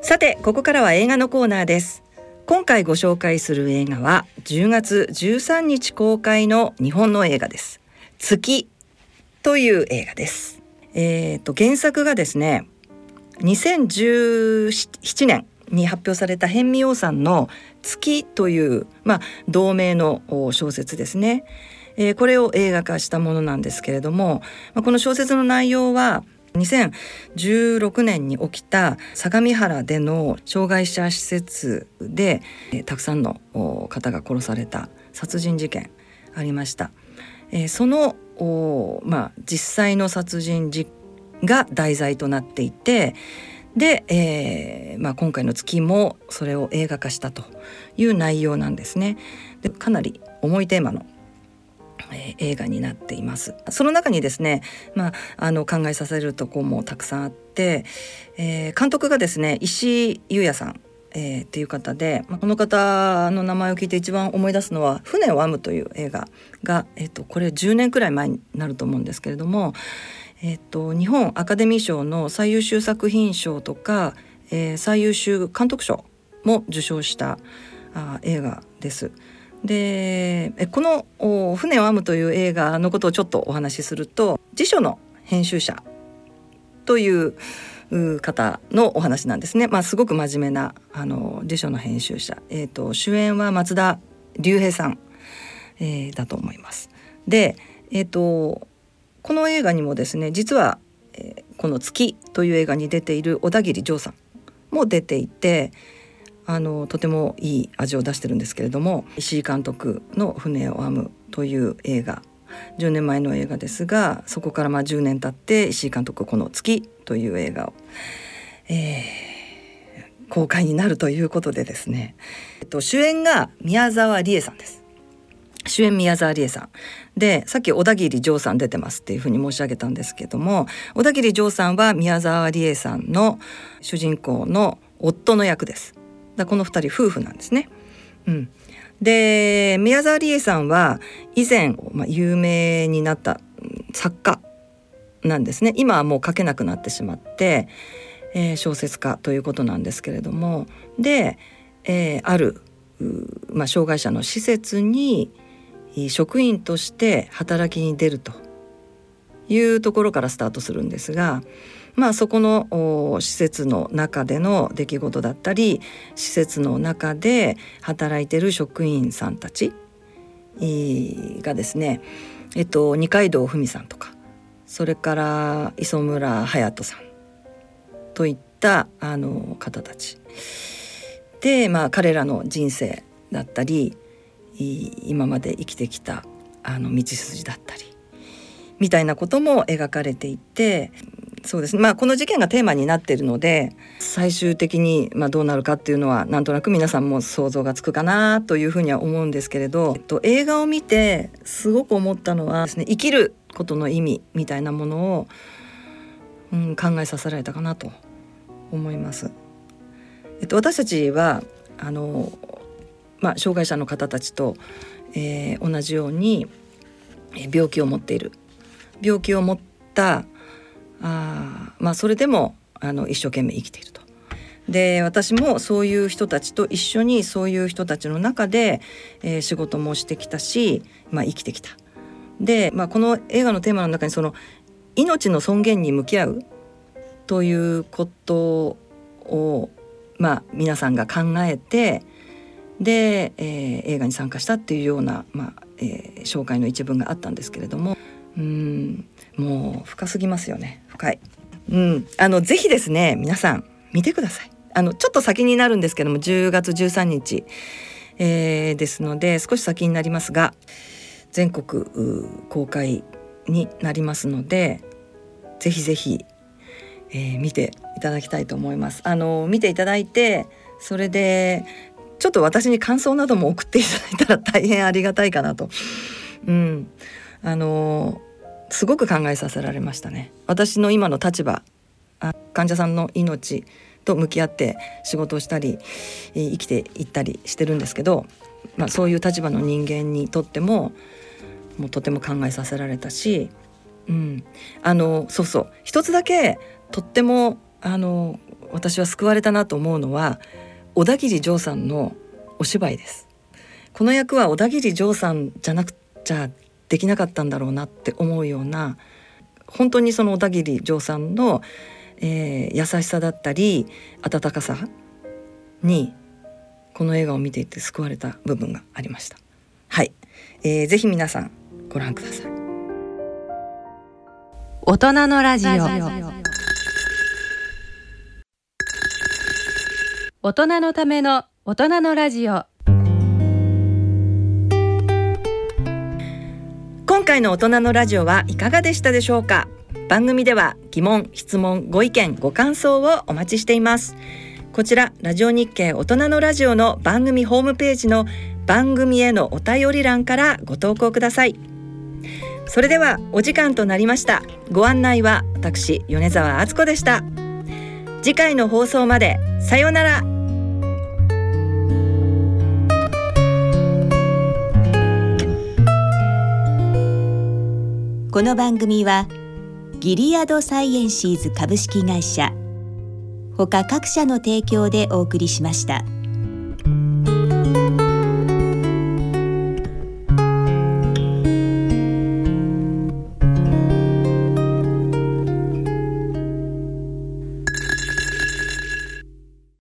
さてここからは映画のコーナーです。今回ご紹介する映画は10月13日公開の日本の映画です。月という映画です。原作がですね2017年に発表された辺見陽さんの月という、同名の小説ですね。これを映画化したものなんですけれども、この小説の内容は2016年に起きた相模原での障害者施設でたくさんの方が殺された殺人事件ありました。その実際の殺人が題材となっていて、で、今回の月もそれを映画化したという内容なんですね。でかなり重いテーマの映画になっています。その中にですね、考えさせるところもたくさんあって、監督がですね石井裕也さん、っていう方で、この方の名前を聞いて一番思い出すのは船を編むという映画が、これ10年くらい前になると思うんですけれども、日本アカデミー賞の最優秀作品賞とか、最優秀監督賞も受賞した映画です。でこの船を編むという映画のことをちょっとお話しすると、辞書の編集者という方のお話なんですね。すごく真面目な辞書の編集者、主演は松田龍平さん、だと思います。で、この映画にもですね実は、この月という映画に出ている小田切丈さんも出ていて、とてもいい味を出してるんですけれども、石井監督の船を編むという映画、10年前の映画ですが、そこから10年経って石井監督この月という映画を、公開になるということでですね、主演が宮沢りえさんです。主演宮沢りえさんで、さっき小田切丈さん出てますっていうふうに申し上げたんですけども、小田切丈さんは宮沢りえさんの主人公の夫の役です。この2人夫婦なんですね。で宮沢りえさんは以前、有名になった作家なんですね。今はもう書けなくなってしまって、小説家ということなんですけれども、で、ある、障害者の施設に職員として働きに出るというところからスタートするんですが、そこの施設の中での出来事だったり、施設の中で働いている職員さんたちがですね、二階堂ふみさんとか、それから磯村勇斗さんといった方たちで、彼らの人生だったり今まで生きてきた道筋だったりみたいなことも描かれていて、そうですね、この事件がテーマになっているので、最終的にどうなるかっていうのはなんとなく皆さんも想像がつくかなというふうには思うんですけれど、映画を見てすごく思ったのはですね、生きることの意味みたいなものを、考えさせられたかなと思います。私たちは障害者の方たちと、同じように病気を持っている、病気を持ったそれでも一生懸命生きていると。で私もそういう人たちと一緒に、そういう人たちの中で、仕事もしてきたし、生きてきた。で、この映画のテーマの中にその命の尊厳に向き合うということを、皆さんが考えて、で、映画に参加したっていうような、紹介の一文があったんですけれども、もう深すぎますよね。深い。ぜひですね皆さん見てください。ちょっと先になるんですけども、10月13日、ですので少し先になりますが、全国公開になりますので、ぜひぜひ、見ていただきたいと思います。見ていただいて、それでちょっと私に感想なども送っていただいたら大変ありがたいかなと。すごく考えさせられましたね。私の今の立場、患者さんの命と向き合って仕事をしたり生きていったりしてるんですけど、そういう立場の人間にとってもとても考えさせられたし、そう一つだけとっても私は救われたなと思うのは小田切丈さんのお芝居です。この役は小田切丈さんじゃなくちゃできなかったんだろうなって思うような、本当にその小田切丈さんの、優しさだったり温かさにこの映画を見ていて救われた部分がありました。はい、ぜひ皆さんご覧ください。 大人のラジオ。大人のための大人のラジオ。 今回の大人のラジオはいかがでしたでしょうか。番組では疑問、質問、ご意見、ご感想をお待ちしています。こちらラジオ日経大人のラジオの番組ホームページの番組へのお便り欄からご投稿ください。それではお時間となりました。ご案内は私米沢敦子でした。次回の放送までさようなら。 この番組はギリアドサイエンシーズ株式会社他各社の提供でお送りしました。